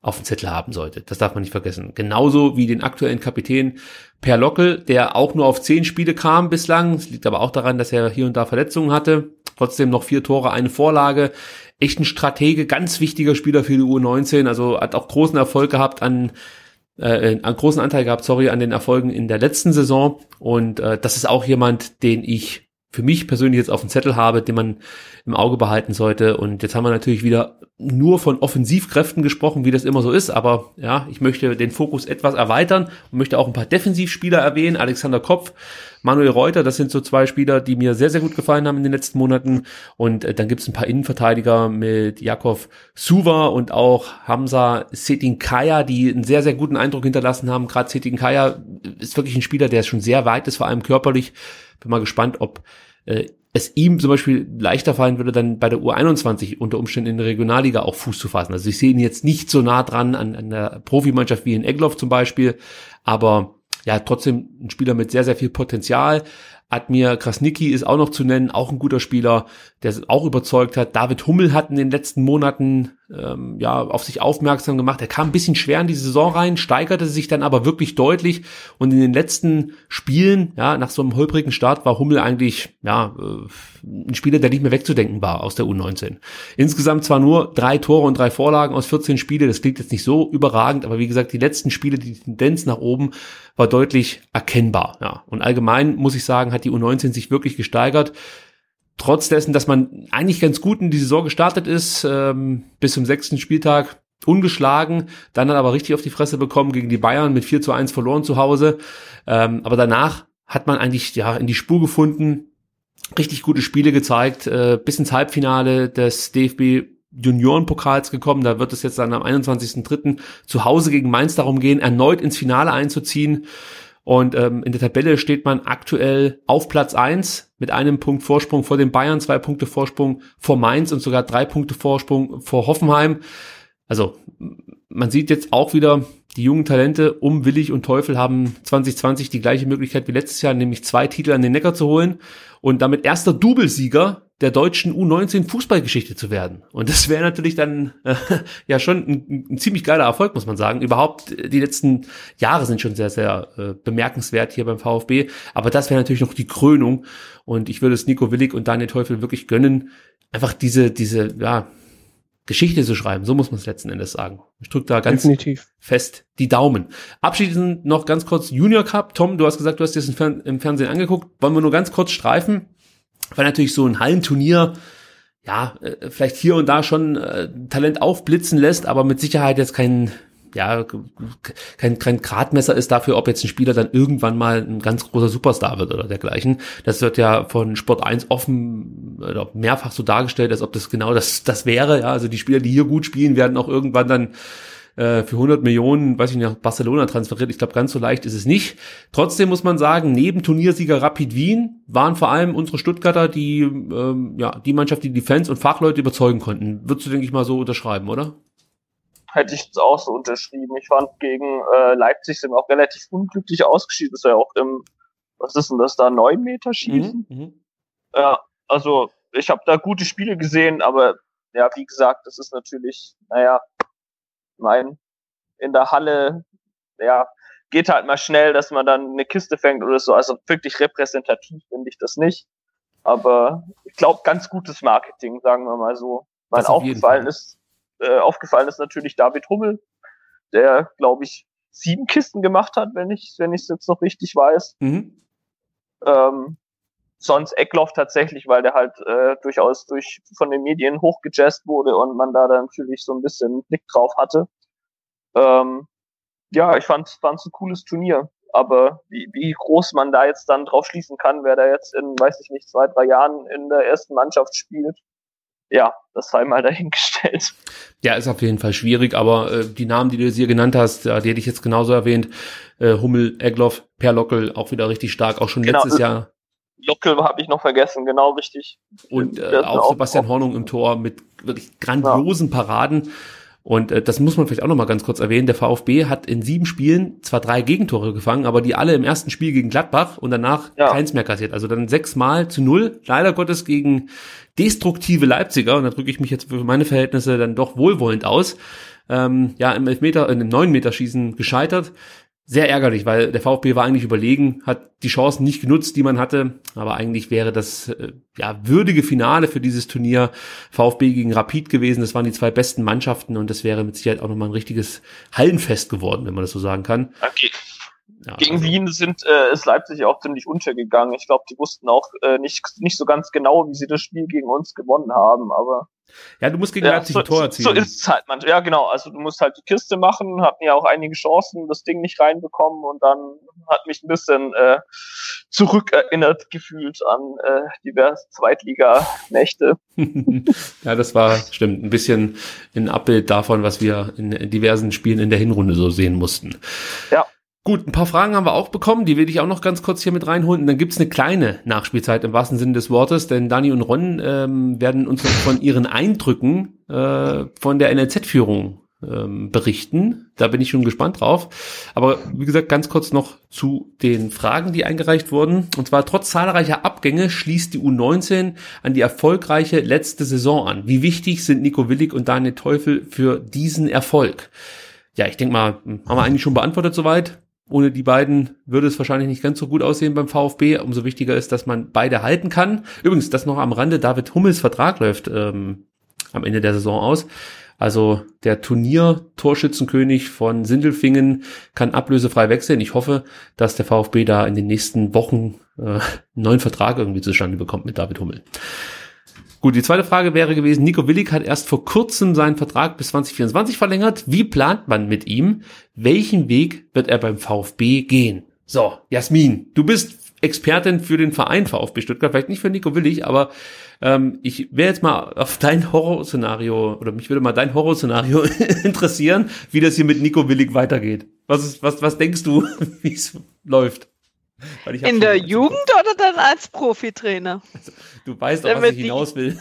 auf dem Zettel haben sollte. Das darf man nicht vergessen. Genauso wie den aktuellen Kapitän Per Lockel, der auch nur auf 10 Spiele kam bislang. Das liegt aber auch daran, dass er hier und da Verletzungen hatte. Trotzdem noch 4 Tore, 1 Vorlage. Echt ein Stratege, ganz wichtiger Spieler für die U19. Also hat auch großen Erfolg gehabt einen großen Anteil gehabt, an den Erfolgen in der letzten Saison. Und das ist auch jemand, den ich für mich persönlich jetzt auf dem Zettel habe, den man im Auge behalten sollte. Und jetzt haben wir natürlich wieder nur von Offensivkräften gesprochen, wie das immer so ist. Aber ja, ich möchte den Fokus etwas erweitern und möchte auch ein paar Defensivspieler erwähnen. Alexander Kopf, Manuel Reuter, das sind so 2 Spieler, die mir sehr, sehr gut gefallen haben in den letzten Monaten. Und dann gibt es ein paar Innenverteidiger mit Jakov Suva und auch Hamza Setinkaya, die einen sehr, sehr guten Eindruck hinterlassen haben. Gerade Setinkaya ist wirklich ein Spieler, der schon sehr weit ist, vor allem körperlich. Bin mal gespannt, ob es ihm zum Beispiel leichter fallen würde, dann bei der U21 unter Umständen in der Regionalliga auch Fuß zu fassen. Also ich sehe ihn jetzt nicht so nah dran an der Profimannschaft wie in Egloff zum Beispiel, aber ja, trotzdem ein Spieler mit sehr, sehr viel Potenzial. Admir Krasnicki ist auch noch zu nennen, auch ein guter Spieler, der auch überzeugt hat. David Hummel hat in den letzten Monaten auf sich aufmerksam gemacht. Er kam ein bisschen schwer in die Saison rein, steigerte sich dann aber wirklich deutlich. Und in den letzten Spielen, ja, nach so einem holprigen Start, war Hummel eigentlich ein Spieler, der nicht mehr wegzudenken war aus der U19. Insgesamt zwar nur 3 Tore und 3 Vorlagen aus 14 Spiele. Das klingt jetzt nicht so überragend, aber wie gesagt, die letzten Spiele, die Tendenz nach oben war deutlich erkennbar. Ja. Und allgemein muss ich sagen, hat die U19 sich wirklich gesteigert. Trotz dessen, dass man eigentlich ganz gut in die Saison gestartet ist, bis zum 6. Spieltag ungeschlagen, dann hat aber richtig auf die Fresse bekommen gegen die Bayern, mit 4:1 verloren zu Hause. Aber danach hat man eigentlich in die Spur gefunden, richtig gute Spiele gezeigt, bis ins Halbfinale des DFB Juniorenpokals gekommen. Da wird es jetzt dann am 21.03. zu Hause gegen Mainz darum gehen, erneut ins Finale einzuziehen. Und in der Tabelle steht man aktuell auf Platz 1 mit 1 Punkt Vorsprung vor den Bayern, 2 Punkte Vorsprung vor Mainz und sogar 3 Punkte Vorsprung vor Hoffenheim. Also man sieht jetzt auch wieder, die jungen Talente um Willig und Teufel haben 2020 die gleiche Möglichkeit wie letztes Jahr, nämlich 2 Titel an den Neckar zu holen und damit erster Doublesieger der deutschen U19-Fußballgeschichte zu werden. Und das wäre natürlich dann schon ein ziemlich geiler Erfolg, muss man sagen. Überhaupt, die letzten Jahre sind schon sehr, sehr bemerkenswert hier beim VfB. Aber das wäre natürlich noch die Krönung. Und ich würde es Nico Willig und Daniel Teufel wirklich gönnen, einfach diese Geschichte zu schreiben. So muss man es letzten Endes sagen. Ich drücke da ganz fest die Daumen. Abschließend noch ganz kurz Junior Cup. Tom, du hast gesagt, du hast dir das im Fernsehen angeguckt. Wollen wir nur ganz kurz streifen? Weil natürlich so ein Hallenturnier, vielleicht hier und da schon Talent aufblitzen lässt, aber mit Sicherheit jetzt kein Gradmesser ist dafür, ob jetzt ein Spieler dann irgendwann mal ein ganz großer Superstar wird oder dergleichen. Das wird ja von Sport 1 offen oder mehrfach so dargestellt, als ob das genau das wäre. Ja, also die Spieler, die hier gut spielen, werden auch irgendwann dann für 100 Millionen, nach Barcelona transferiert. Ich glaube, ganz so leicht ist es nicht. Trotzdem muss man sagen, neben Turniersieger Rapid Wien waren vor allem unsere Stuttgarter die Mannschaft, die Fans und Fachleute überzeugen konnten. Würdest du, denke ich mal, so unterschreiben, oder? Hätte ich jetzt auch so unterschrieben. Ich fand, gegen Leipzig sind wir auch relativ unglücklich ausgeschieden. Das ist ja auch was ist denn das da, 9 Meter schießen? Ja, also ich habe da gute Spiele gesehen, aber ja, wie gesagt, das ist natürlich, in der Halle, geht halt mal schnell, dass man dann eine Kiste fängt oder so. Also wirklich repräsentativ finde ich das nicht. Aber ich glaube, ganz gutes Marketing, sagen wir mal so. Weil aufgefallen ist natürlich David Hummel, der, glaube ich, 7 Kisten gemacht hat, wenn ich es jetzt noch richtig weiß. Sonst Egloff tatsächlich, weil der halt durchaus von den Medien hochgejazzt wurde und man da dann natürlich so ein bisschen einen Blick drauf hatte. Ich fand's ein cooles Turnier. Aber wie groß man da jetzt dann drauf schließen kann, wer da jetzt in, 2-3 Jahren in der ersten Mannschaft spielt, ja, das sei mal dahingestellt. Ja, ist auf jeden Fall schwierig, aber die Namen, die du jetzt hier genannt hast, die hätte ich jetzt genauso erwähnt. Hummel, Egloff, Per Lockel, auch wieder richtig stark, auch schon letztes Jahr. Lockel habe ich noch vergessen, genau richtig. Und auch Sebastian Hornung im Tor mit wirklich grandiosen Paraden. Und das muss man vielleicht auch nochmal ganz kurz erwähnen. Der VfB hat in 7 Spielen zwar 3 Gegentore gefangen, aber die alle im ersten Spiel gegen Gladbach und danach keins mehr kassiert. Also dann 6-0, leider Gottes gegen destruktive Leipziger. Und da drücke ich mich jetzt für meine Verhältnisse dann doch wohlwollend aus. Im 9-Meter-Schießen gescheitert. Sehr ärgerlich, weil der VfB war eigentlich überlegen, hat die Chancen nicht genutzt, die man hatte, aber eigentlich wäre das würdige Finale für dieses Turnier VfB gegen Rapid gewesen. Das waren die 2 besten Mannschaften und das wäre mit Sicherheit auch nochmal ein richtiges Hallenfest geworden, wenn man das so sagen kann. Okay. Ja, gegen Wien ist Leipzig auch ziemlich untergegangen. Ich glaube, die wussten auch nicht so ganz genau, wie sie das Spiel gegen uns gewonnen haben, aber ja, du musst gegen Leipzig ein Tor erzielen. So ist es halt, ja genau, also du musst halt die Kiste machen, hatten ja auch einige Chancen, das Ding nicht reinbekommen und dann hat mich ein bisschen zurückerinnert gefühlt an diverse Zweitliga-Nächte. Ja, das war, stimmt, ein bisschen ein Abbild davon, was wir in diversen Spielen in der Hinrunde so sehen mussten. Ja. Gut, ein paar Fragen haben wir auch bekommen, die will ich auch noch ganz kurz hier mit reinholen. Und dann gibt's eine kleine Nachspielzeit im wahrsten Sinne des Wortes, denn Dani und Ron werden uns von ihren Eindrücken von der NLZ-Führung berichten. Da bin ich schon gespannt drauf. Aber wie gesagt, ganz kurz noch zu den Fragen, die eingereicht wurden. Und zwar, trotz zahlreicher Abgänge schließt die U19 an die erfolgreiche letzte Saison an. Wie wichtig sind Nico Willig und Daniel Teufel für diesen Erfolg? Ja, ich denke mal, haben wir eigentlich schon beantwortet soweit. Ohne die beiden würde es wahrscheinlich nicht ganz so gut aussehen beim VfB. Umso wichtiger ist, dass man beide halten kann. Übrigens, das noch am Rande, David Hummels Vertrag läuft am Ende der Saison aus. Also der Turnier-Torschützenkönig von Sindelfingen kann ablösefrei wechseln. Ich hoffe, dass der VfB da in den nächsten Wochen einen neuen Vertrag irgendwie zustande bekommt mit David Hummel. Gut, die zweite Frage wäre gewesen, Nico Willig hat erst vor kurzem seinen Vertrag bis 2024 verlängert. Wie plant man mit ihm? Welchen Weg wird er beim VfB gehen? So, Jasmin, du bist Expertin für den Verein VfB Stuttgart, vielleicht nicht für Nico Willig, aber ich wäre jetzt mal auf dein Horrorszenario, oder mich würde mal dein Horrorszenario interessieren, wie das hier mit Nico Willig weitergeht. Was denkst du, wie es läuft? In der Jugend oder dann als Profitrainer? Also, du weißt auch, was ich hinaus will.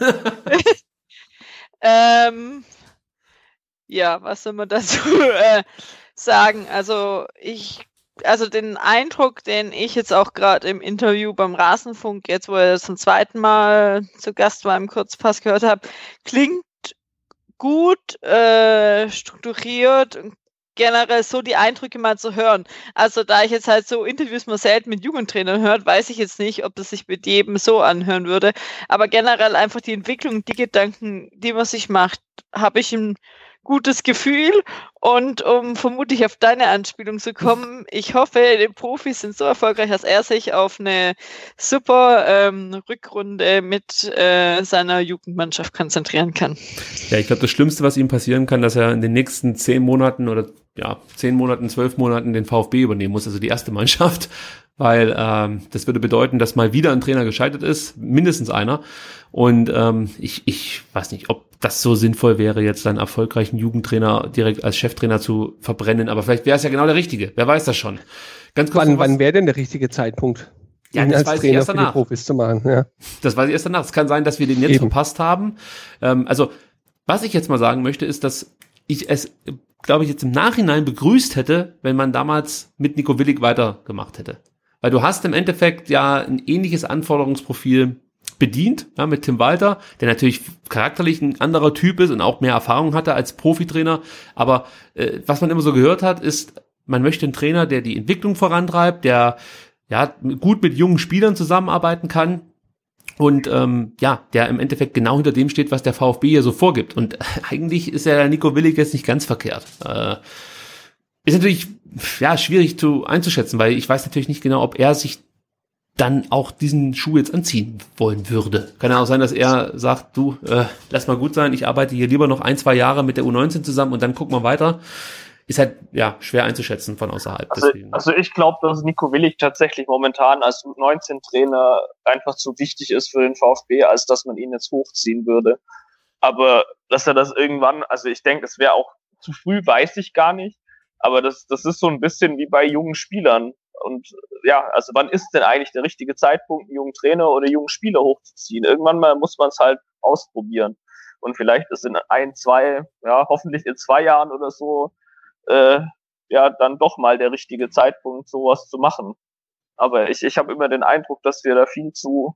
Ja, was soll man dazu sagen? Also den Eindruck, den ich jetzt auch gerade im Interview beim Rasenfunk, jetzt wo er zum zweiten Mal zu Gast war im Kurzpass gehört habe, klingt gut, strukturiert und generell so die Eindrücke mal zu hören. Also da ich jetzt halt so Interviews mal selten mit Jugendtrainern hört, weiß ich jetzt nicht, ob das sich mit jedem so anhören würde. Aber generell einfach die Entwicklung, die Gedanken, die man sich macht, habe ich ein gutes Gefühl. Und um vermutlich auf deine Anspielung zu kommen, ich hoffe, die Profis sind so erfolgreich, dass er sich auf eine super Rückrunde mit seiner Jugendmannschaft konzentrieren kann. Ja, ich glaube, das Schlimmste, was ihm passieren kann, dass er in den nächsten 10 Monaten oder 10 Monaten, 12 Monaten den VfB übernehmen muss, also die erste Mannschaft, weil das würde bedeuten, dass mal wieder ein Trainer gescheitert ist, mindestens einer. Und ich weiß nicht, ob das so sinnvoll wäre, jetzt einen erfolgreichen Jugendtrainer direkt als Cheftrainer zu verbrennen. Aber vielleicht wäre es ja genau der Richtige. Wer weiß das schon. Ganz kurz wann wäre denn der richtige Zeitpunkt, ihn als Trainer für die Profis zu machen? Ja. Das weiß ich erst danach. Es kann sein, dass wir den jetzt verpasst haben. Also, was ich jetzt mal sagen möchte, ist, dass ich es, glaube ich, jetzt im Nachhinein begrüßt hätte, wenn man damals mit Nico Willig weitergemacht hätte. Weil du hast im Endeffekt ja ein ähnliches Anforderungsprofil bedient, ja, mit Tim Walter, der natürlich charakterlich ein anderer Typ ist und auch mehr Erfahrung hatte als Profitrainer. Aber was man immer so gehört hat, ist, man möchte einen Trainer, der die Entwicklung vorantreibt, der gut mit jungen Spielern zusammenarbeiten kann und der im Endeffekt genau hinter dem steht, was der VfB hier so vorgibt. Und eigentlich ist ja der Nico Willig jetzt nicht ganz verkehrt. Ist natürlich schwierig einzuschätzen, weil ich weiß natürlich nicht genau, ob er sich dann auch diesen Schuh jetzt anziehen wollen würde. Kann ja auch sein, dass er sagt, du, lass mal gut sein, ich arbeite hier lieber noch 1-2 Jahre mit der U19 zusammen und dann gucken wir weiter. Ist halt, schwer einzuschätzen von außerhalb. Also ich glaube, dass Nico Willig tatsächlich momentan als U19-Trainer einfach zu wichtig ist für den VfB, als dass man ihn jetzt hochziehen würde. Aber dass er das irgendwann, also ich denke, es wäre auch zu früh, weiß ich gar nicht. Aber das ist so ein bisschen wie bei jungen Spielern. Und also wann ist denn eigentlich der richtige Zeitpunkt, einen jungen Trainer oder jungen Spieler hochzuziehen? Irgendwann mal muss man es halt ausprobieren. Und vielleicht ist in 1, 2, ja, hoffentlich in 2 Jahren oder so, ja, dann doch mal der richtige Zeitpunkt, sowas zu machen. Aber ich habe immer den Eindruck, dass wir da viel zu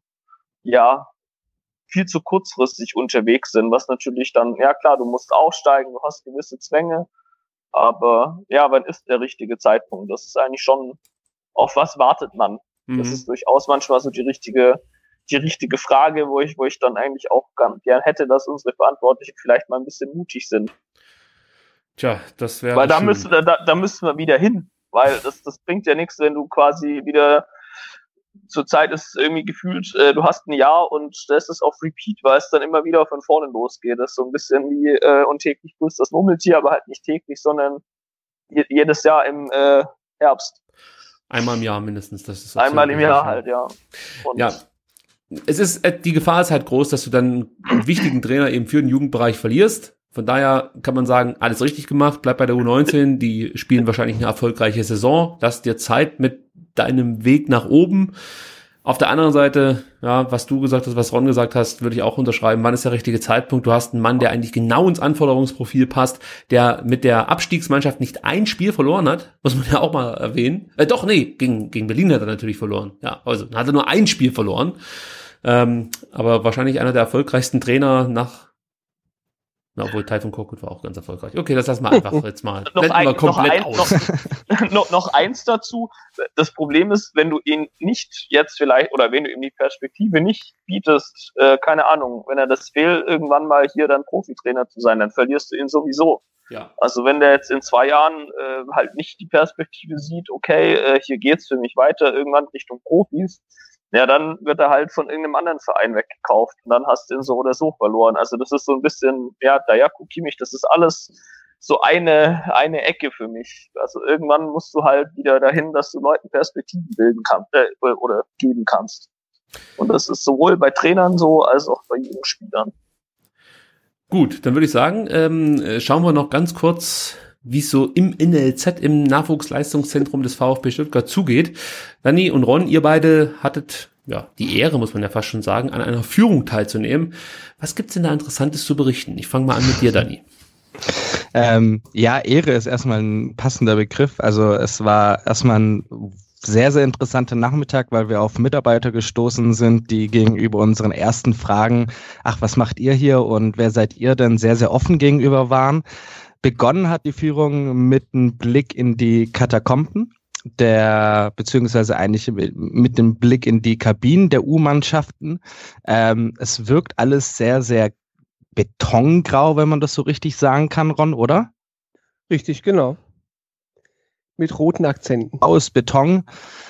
kurzfristig unterwegs sind, was natürlich dann, ja klar, du musst aufsteigen, du hast gewisse Zwänge, aber ja, wann ist der richtige Zeitpunkt? Das ist eigentlich schon, auf was wartet man? Das ist durchaus manchmal so die richtige Frage, wo ich dann eigentlich auch gern hätte, dass unsere Verantwortlichen vielleicht mal ein bisschen mutig sind. Tja, das wäre. Weil da müssen wir wieder hin, weil das bringt ja nichts, wenn du quasi wieder, zur Zeit ist irgendwie gefühlt, du hast ein Jahr und das ist auf Repeat, weil es dann immer wieder von vorne losgeht. Das ist so ein bisschen wie und täglich grüßt das Murmeltier, aber halt nicht täglich, sondern jedes Jahr im Herbst. Einmal im Jahr mindestens. Das ist einmal im Jahr halt, ja. Und ja. Die Gefahr ist halt groß, dass du dann einen wichtigen Trainer eben für den Jugendbereich verlierst. Von daher kann man sagen, alles richtig gemacht, bleib bei der U19, die spielen wahrscheinlich eine erfolgreiche Saison, lass dir Zeit mit deinem Weg nach oben. Auf der anderen Seite, ja, was du gesagt hast, was Ron gesagt hast, würde ich auch unterschreiben, wann ist der richtige Zeitpunkt? Du hast einen Mann, der eigentlich genau ins Anforderungsprofil passt, der mit der Abstiegsmannschaft nicht ein Spiel verloren hat, muss man ja auch mal erwähnen. Gegen Berlin hat er natürlich verloren. Ja, also hat er nur ein Spiel verloren. Aber wahrscheinlich einer der erfolgreichsten Trainer nach, obwohl Taifun Korkut war auch ganz erfolgreich. Okay, das lassen wir einfach jetzt mal. Noch eins dazu. Das Problem ist, wenn du ihn nicht jetzt vielleicht, oder wenn du ihm die Perspektive nicht bietest, keine Ahnung, wenn er das will, irgendwann mal hier dann Profitrainer zu sein, dann verlierst du ihn sowieso. Ja. Also wenn der jetzt in 2 Jahren halt nicht die Perspektive sieht, okay, hier geht's für mich weiter, irgendwann Richtung Profis, ja, dann wird er halt von irgendeinem anderen Verein weggekauft und dann hast du ihn so oder so verloren. Also das ist so ein bisschen, ja, Dayaku Kimmich, das ist alles so eine Ecke für mich. Also irgendwann musst du halt wieder dahin, dass du Leuten Perspektiven bilden kannst oder geben kannst. Und das ist sowohl bei Trainern so als auch bei jungen Spielern. Gut, dann würde ich sagen, schauen wir noch ganz kurz, wie es so im NLZ, im Nachwuchsleistungszentrum des VfB Stuttgart zugeht. Dani und Ron, ihr beide hattet ja die Ehre, muss man ja fast schon sagen, an einer Führung teilzunehmen. Was gibt's denn da Interessantes zu berichten? Ich fange mal an mit dir, Dani. Ja, Ehre ist erstmal ein passender Begriff. Also es war erstmal ein sehr, sehr interessanter Nachmittag, weil wir auf Mitarbeiter gestoßen sind, die gegenüber unseren ersten Fragen, ach, was macht ihr hier und wer seid ihr denn, sehr, sehr offen gegenüber waren. Begonnen hat die Führung mit einem Blick in die Katakomben, beziehungsweise eigentlich mit dem Blick in die Kabinen der U-Mannschaften. Es wirkt alles sehr, sehr betongrau, wenn man das so richtig sagen kann, Ron, oder? Richtig, genau. Mit roten Akzenten. Aus Beton.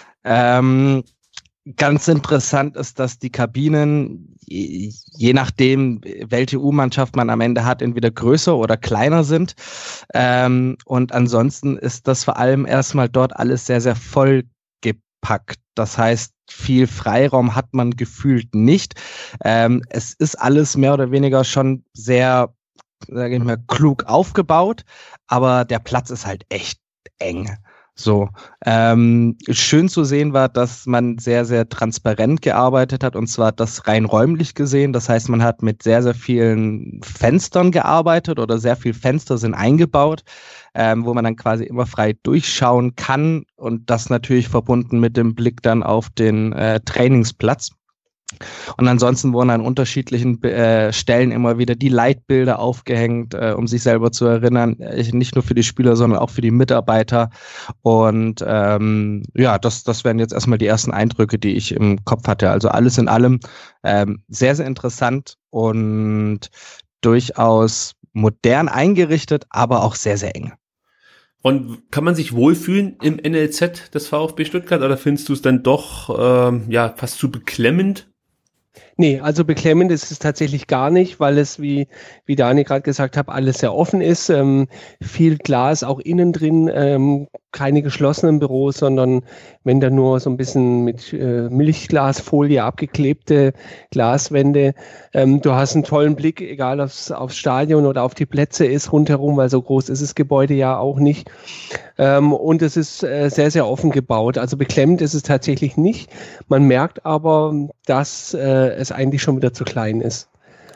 Ganz interessant ist, dass die Kabinen, je nachdem, welche U-Mannschaft man am Ende hat, entweder größer oder kleiner sind. Und ansonsten ist das vor allem erstmal dort alles sehr, sehr vollgepackt. Das heißt, viel Freiraum hat man gefühlt nicht. Es ist alles mehr oder weniger schon sehr, sage ich mal, klug aufgebaut, aber der Platz ist halt echt eng. So, schön zu sehen war, dass man sehr, sehr transparent gearbeitet hat, und zwar das rein räumlich gesehen. Das heißt, man hat mit sehr, sehr vielen Fenstern gearbeitet oder sehr viele Fenster sind eingebaut, wo man dann quasi immer frei durchschauen kann, und das natürlich verbunden mit dem Blick dann auf den Trainingsplatz. Und ansonsten wurden an unterschiedlichen Stellen immer wieder die Leitbilder aufgehängt, um sich selber zu erinnern, nicht nur für die Spieler, sondern auch für die Mitarbeiter. Und ja, das wären jetzt erstmal die ersten Eindrücke, die ich im Kopf hatte. Also alles in allem sehr, sehr interessant und durchaus modern eingerichtet, aber auch sehr, sehr eng. Und kann man sich wohlfühlen im NLZ des VfB Stuttgart, oder findest du es dann doch ja fast zu beklemmend? Nee, also beklemmend ist es tatsächlich gar nicht, weil es, wie Dani gerade gesagt hat, alles sehr offen ist. Viel Glas auch innen drin, keine geschlossenen Büros, sondern wenn da nur so ein bisschen mit Milchglasfolie abgeklebte Glaswände. Du hast einen tollen Blick, egal ob es aufs Stadion oder auf die Plätze ist rundherum, weil so groß ist das Gebäude ja auch nicht. Und es ist sehr, sehr offen gebaut. Also beklemmend ist es tatsächlich nicht. Man merkt aber, dass es eigentlich schon wieder zu klein ist.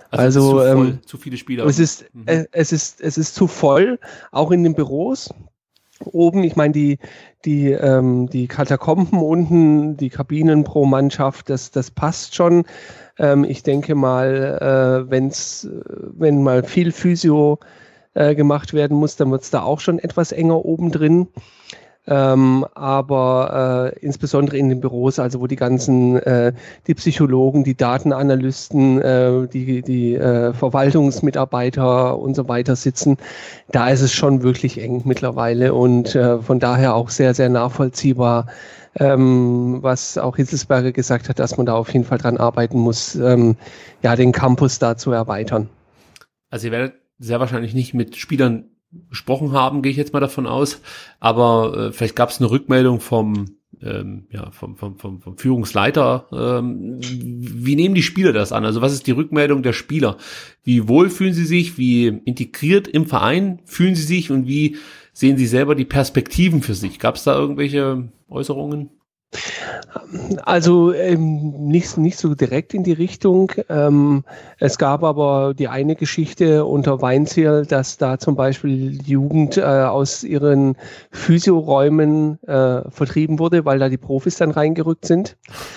Also zu viele Spieler. Es ist zu voll, auch in den Büros. Oben, ich meine, die Katakomben unten, die Kabinen pro Mannschaft, das passt schon. Ich denke mal, wenn mal viel Physio gemacht werden muss, dann wird es da auch schon etwas enger oben drin. Aber insbesondere in den Büros, also wo die ganzen, die Psychologen, die Datenanalysten, die Verwaltungsmitarbeiter und so weiter sitzen, da ist es schon wirklich eng mittlerweile und von daher auch sehr, sehr nachvollziehbar, was auch Hitzelsberger gesagt hat, dass man da auf jeden Fall dran arbeiten muss, den Campus da zu erweitern. Also ihr werdet sehr wahrscheinlich nicht mit Spielern gesprochen haben, gehe ich jetzt mal davon aus, aber vielleicht gab es eine Rückmeldung vom Führungsleiter. Wie nehmen die Spieler das an? Also was ist die Rückmeldung der Spieler? Wie wohl fühlen sie sich? Wie integriert im Verein fühlen sie sich? Und wie sehen sie selber die Perspektiven für sich? Gab es da irgendwelche Äußerungen? Also nicht so direkt in die Richtung. Es gab aber die eine Geschichte unter Weinzierl, dass da zum Beispiel die Jugend aus ihren Physioräumen vertrieben wurde, weil da die Profis dann reingerückt sind.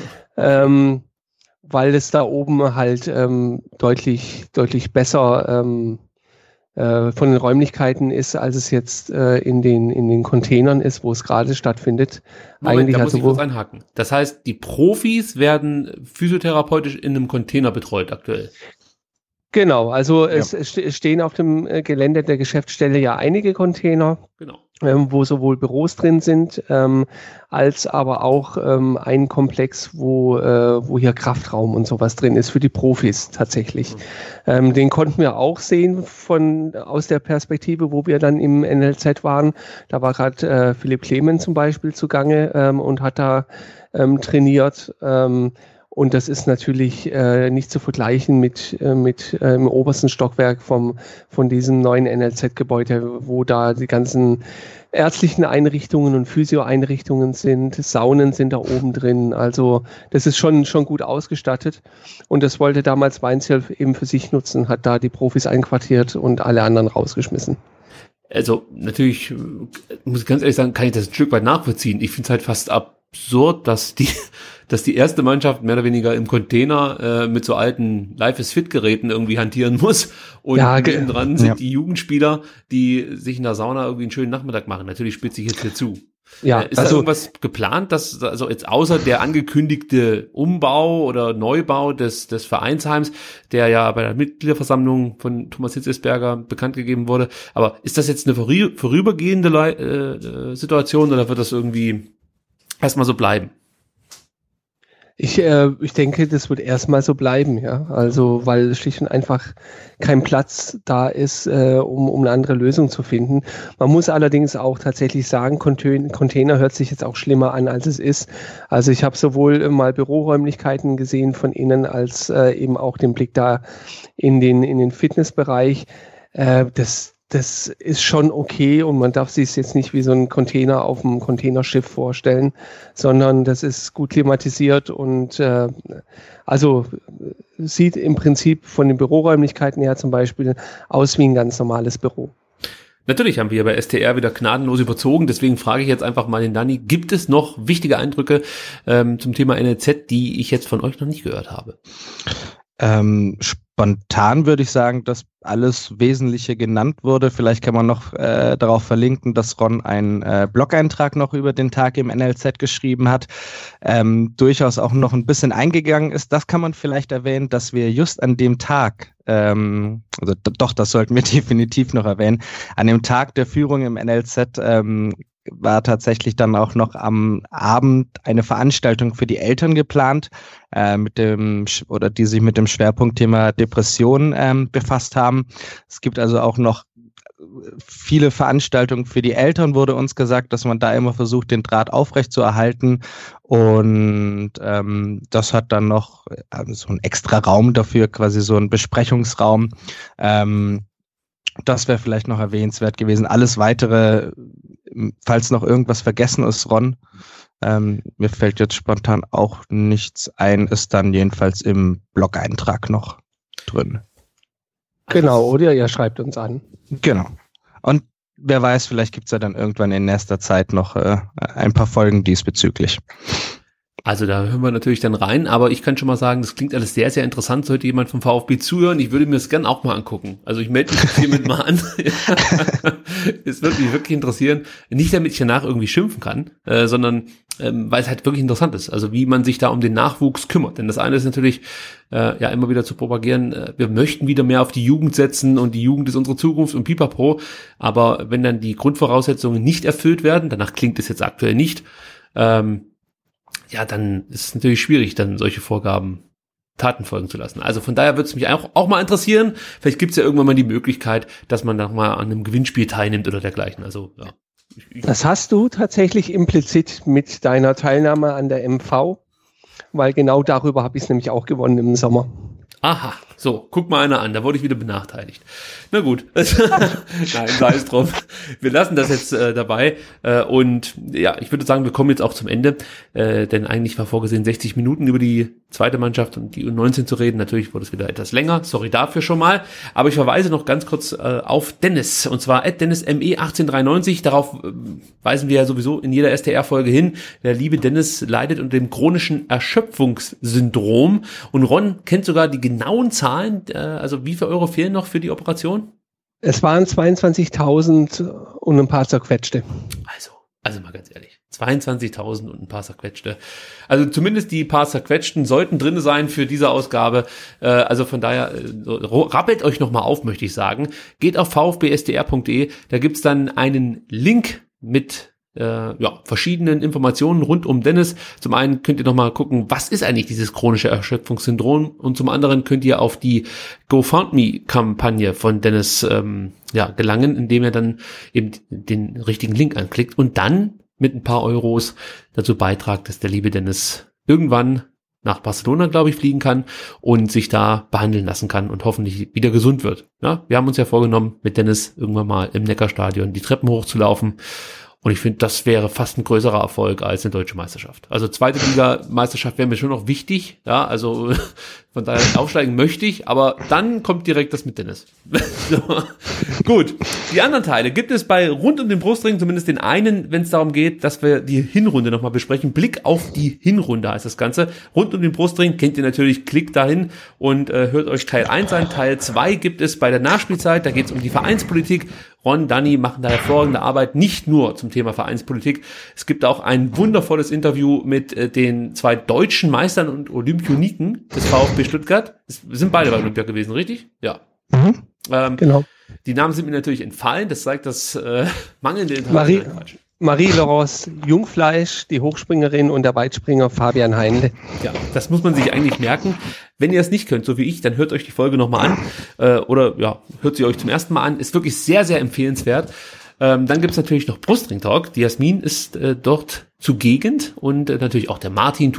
Weil es da oben halt deutlich besser von den Räumlichkeiten ist, als es jetzt in den Containern ist, wo es gerade stattfindet. Moment, da muss ich kurz einhaken. Das heißt, die Profis werden physiotherapeutisch in einem Container betreut aktuell? Genau, also es stehen auf dem Gelände der Geschäftsstelle ja einige Container, genau. Wo sowohl Büros drin sind, als aber auch ein Komplex, wo hier Kraftraum und sowas drin ist für die Profis tatsächlich. Den konnten wir auch sehen aus der Perspektive, wo wir dann im NLZ waren. Da war gerade Philipp Clement zum Beispiel zugange und hat da trainiert. Und das ist natürlich nicht zu vergleichen mit im obersten Stockwerk von diesem neuen NLZ-Gebäude, wo da die ganzen ärztlichen Einrichtungen und Physio-Einrichtungen sind, Saunen sind da oben drin. Also das ist schon gut ausgestattet. Und das wollte damals Weinzierl eben für sich nutzen, hat da die Profis einquartiert und alle anderen rausgeschmissen. Also natürlich, muss ich ganz ehrlich sagen, kann ich das ein Stück weit nachvollziehen. Ich finde es halt fast absurd, dass die erste Mannschaft mehr oder weniger im Container mit so alten Life-is-Fit-Geräten irgendwie hantieren muss und neben dran sind die Jugendspieler, die sich in der Sauna irgendwie einen schönen Nachmittag machen. Natürlich spitze ich jetzt hier zu. Ja, ist da irgendwas geplant, dass also jetzt außer der angekündigte Umbau oder Neubau des Vereinsheims, der ja bei der Mitgliederversammlung von Thomas Hitzelsberger bekannt gegeben wurde, aber ist das jetzt eine vorübergehende Situation oder wird das irgendwie erstmal so bleiben? Ich denke, das wird erstmal so bleiben, ja. Also, weil schlicht und einfach kein Platz da ist, um eine andere Lösung zu finden. Man muss allerdings auch tatsächlich sagen, Container hört sich jetzt auch schlimmer an, als es ist. Also ich habe sowohl mal Büroräumlichkeiten gesehen von innen, als eben auch den Blick da in den Fitnessbereich. Das ist schon okay und man darf sich es jetzt nicht wie so ein Container auf einem Containerschiff vorstellen, sondern das ist gut klimatisiert und also sieht im Prinzip von den Büroräumlichkeiten her zum Beispiel aus wie ein ganz normales Büro. Natürlich haben wir bei STR wieder gnadenlos überzogen, deswegen frage ich jetzt einfach mal den Dani, gibt es noch wichtige Eindrücke zum Thema NLZ, die ich jetzt von euch noch nicht gehört habe? Spontan würde ich sagen, dass alles Wesentliche genannt wurde. Vielleicht kann man noch darauf verlinken, dass Ron einen Blog-Eintrag noch über den Tag im NLZ geschrieben hat, durchaus auch noch ein bisschen eingegangen ist. Das kann man vielleicht erwähnen, dass wir just an dem Tag, das sollten wir definitiv noch erwähnen, an dem Tag der Führung im NLZ war tatsächlich dann auch noch am Abend eine Veranstaltung für die Eltern geplant, die sich mit dem Schwerpunktthema Depression befasst haben. Es gibt also auch noch viele Veranstaltungen für die Eltern, wurde uns gesagt, dass man da immer versucht, den Draht aufrechtzuerhalten. Und das hat dann noch so einen extra Raum dafür, quasi so einen Besprechungsraum. Das wäre vielleicht noch erwähnenswert gewesen. Alles Weitere, falls noch irgendwas vergessen ist, Ron, mir fällt jetzt spontan auch nichts ein, ist dann jedenfalls im Blog-Eintrag noch drin. Genau, oder ihr schreibt uns an. Genau. Und wer weiß, vielleicht gibt's ja dann irgendwann in nächster Zeit noch ein paar Folgen diesbezüglich. Also da hören wir natürlich dann rein, aber ich kann schon mal sagen, das klingt alles sehr, sehr interessant. Sollte jemand vom VfB zuhören, ich würde mir das gerne auch mal angucken. Also ich melde mich hiermit mal an. Es würde mich wirklich interessieren. Nicht, damit ich danach irgendwie schimpfen kann, sondern weil es halt wirklich interessant ist. Also wie man sich da um den Nachwuchs kümmert. Denn das eine ist natürlich, ja immer wieder zu propagieren, wir möchten wieder mehr auf die Jugend setzen und die Jugend ist unsere Zukunft und pipapo. Aber wenn dann die Grundvoraussetzungen nicht erfüllt werden, danach klingt es jetzt aktuell nicht, ja, dann ist es natürlich schwierig, dann solche Vorgaben Taten folgen zu lassen. Also von daher würde es mich auch mal interessieren. Vielleicht gibt es ja irgendwann mal die Möglichkeit, dass man dann mal an einem Gewinnspiel teilnimmt oder dergleichen. Also ja. Das hast du tatsächlich implizit mit deiner Teilnahme an der MV, weil genau darüber habe ich es nämlich auch gewonnen im Sommer. Aha, so, guck mal einer an, da wurde ich wieder benachteiligt. Na gut, nein, sei es drum. Wir lassen das jetzt dabei und ja, ich würde sagen, wir kommen jetzt auch zum Ende, denn eigentlich war vorgesehen 60 Minuten über die zweite Mannschaft und die U19 zu reden. Natürlich wurde es wieder etwas länger, sorry dafür schon mal, aber ich verweise noch ganz kurz auf Dennis und zwar @DennisME1893, darauf weisen wir ja sowieso in jeder STR-Folge hin. Der liebe Dennis leidet unter dem chronischen Erschöpfungssyndrom und Ron kennt sogar die genauen Zahlen, also wie viel Euro fehlen noch für die Operation? Es waren 22.000 und ein paar zerquetschte. Also mal ganz ehrlich, 22.000 und ein paar zerquetschte. Also zumindest die paar zerquetschten sollten drin sein für diese Ausgabe. Also von daher, rappelt euch nochmal auf, möchte ich sagen. Geht auf vfbstr.de, da gibt's dann einen Link mit verschiedenen Informationen rund um Dennis. Zum einen könnt ihr noch mal gucken, was ist eigentlich dieses chronische Erschöpfungssyndrom und zum anderen könnt ihr auf die GoFundMe-Kampagne von Dennis gelangen, indem ihr dann eben den richtigen Link anklickt und dann mit ein paar Euros dazu beitragt, dass der liebe Dennis irgendwann nach Barcelona, glaube ich, fliegen kann und sich da behandeln lassen kann und hoffentlich wieder gesund wird. Ja, wir haben uns ja vorgenommen, mit Dennis irgendwann mal im Neckarstadion die Treppen hochzulaufen. Und ich finde, das wäre fast ein größerer Erfolg als eine deutsche Meisterschaft. Also zweite Liga-Meisterschaft wäre mir schon noch wichtig. Ja, also von daher aufsteigen möchte ich, aber dann kommt direkt das mit Dennis. So. Gut, die anderen Teile gibt es bei Rund um den Brustring, zumindest den einen, wenn es darum geht, dass wir die Hinrunde nochmal besprechen. Blick auf die Hinrunde heißt das Ganze. Rund um den Brustring kennt ihr natürlich, klickt dahin und hört euch Teil 1 an. Teil 2 gibt es bei der Nachspielzeit, da geht es um die Vereinspolitik. Ron, Dani machen da hervorragende Arbeit, nicht nur zum Thema Vereinspolitik. Es gibt auch ein wundervolles Interview mit den 2 deutschen Meistern und Olympioniken des VfB Stuttgart. Wir sind beide bei Olympia gewesen, richtig? Ja. Genau. Die Namen sind mir natürlich entfallen, das zeigt das mangelnde Interesse. Marie-Laurence Jungfleisch, die Hochspringerin und der Weitspringer Fabian Heinle. Ja, das muss man sich eigentlich merken. Wenn ihr es nicht könnt, so wie ich, dann hört euch die Folge nochmal an oder hört sie euch zum ersten Mal an. Ist wirklich sehr, sehr empfehlenswert. Dann gibt's natürlich noch Brustring Talk. Die Jasmin ist dort zugegen und natürlich auch der Martin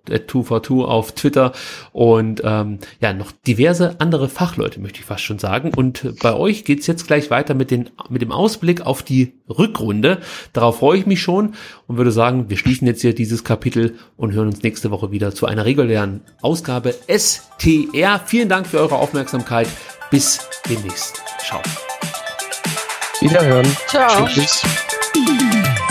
242 auf Twitter und noch diverse andere Fachleute, möchte ich fast schon sagen. Und bei euch geht's jetzt gleich weiter mit dem Ausblick auf die Rückrunde. Darauf freue ich mich schon und würde sagen, wir schließen jetzt hier dieses Kapitel und hören uns nächste Woche wieder zu einer regulären Ausgabe STR. Vielen Dank für eure Aufmerksamkeit. Bis demnächst. Ciao. Wiederhören. Ciao. Tschüss.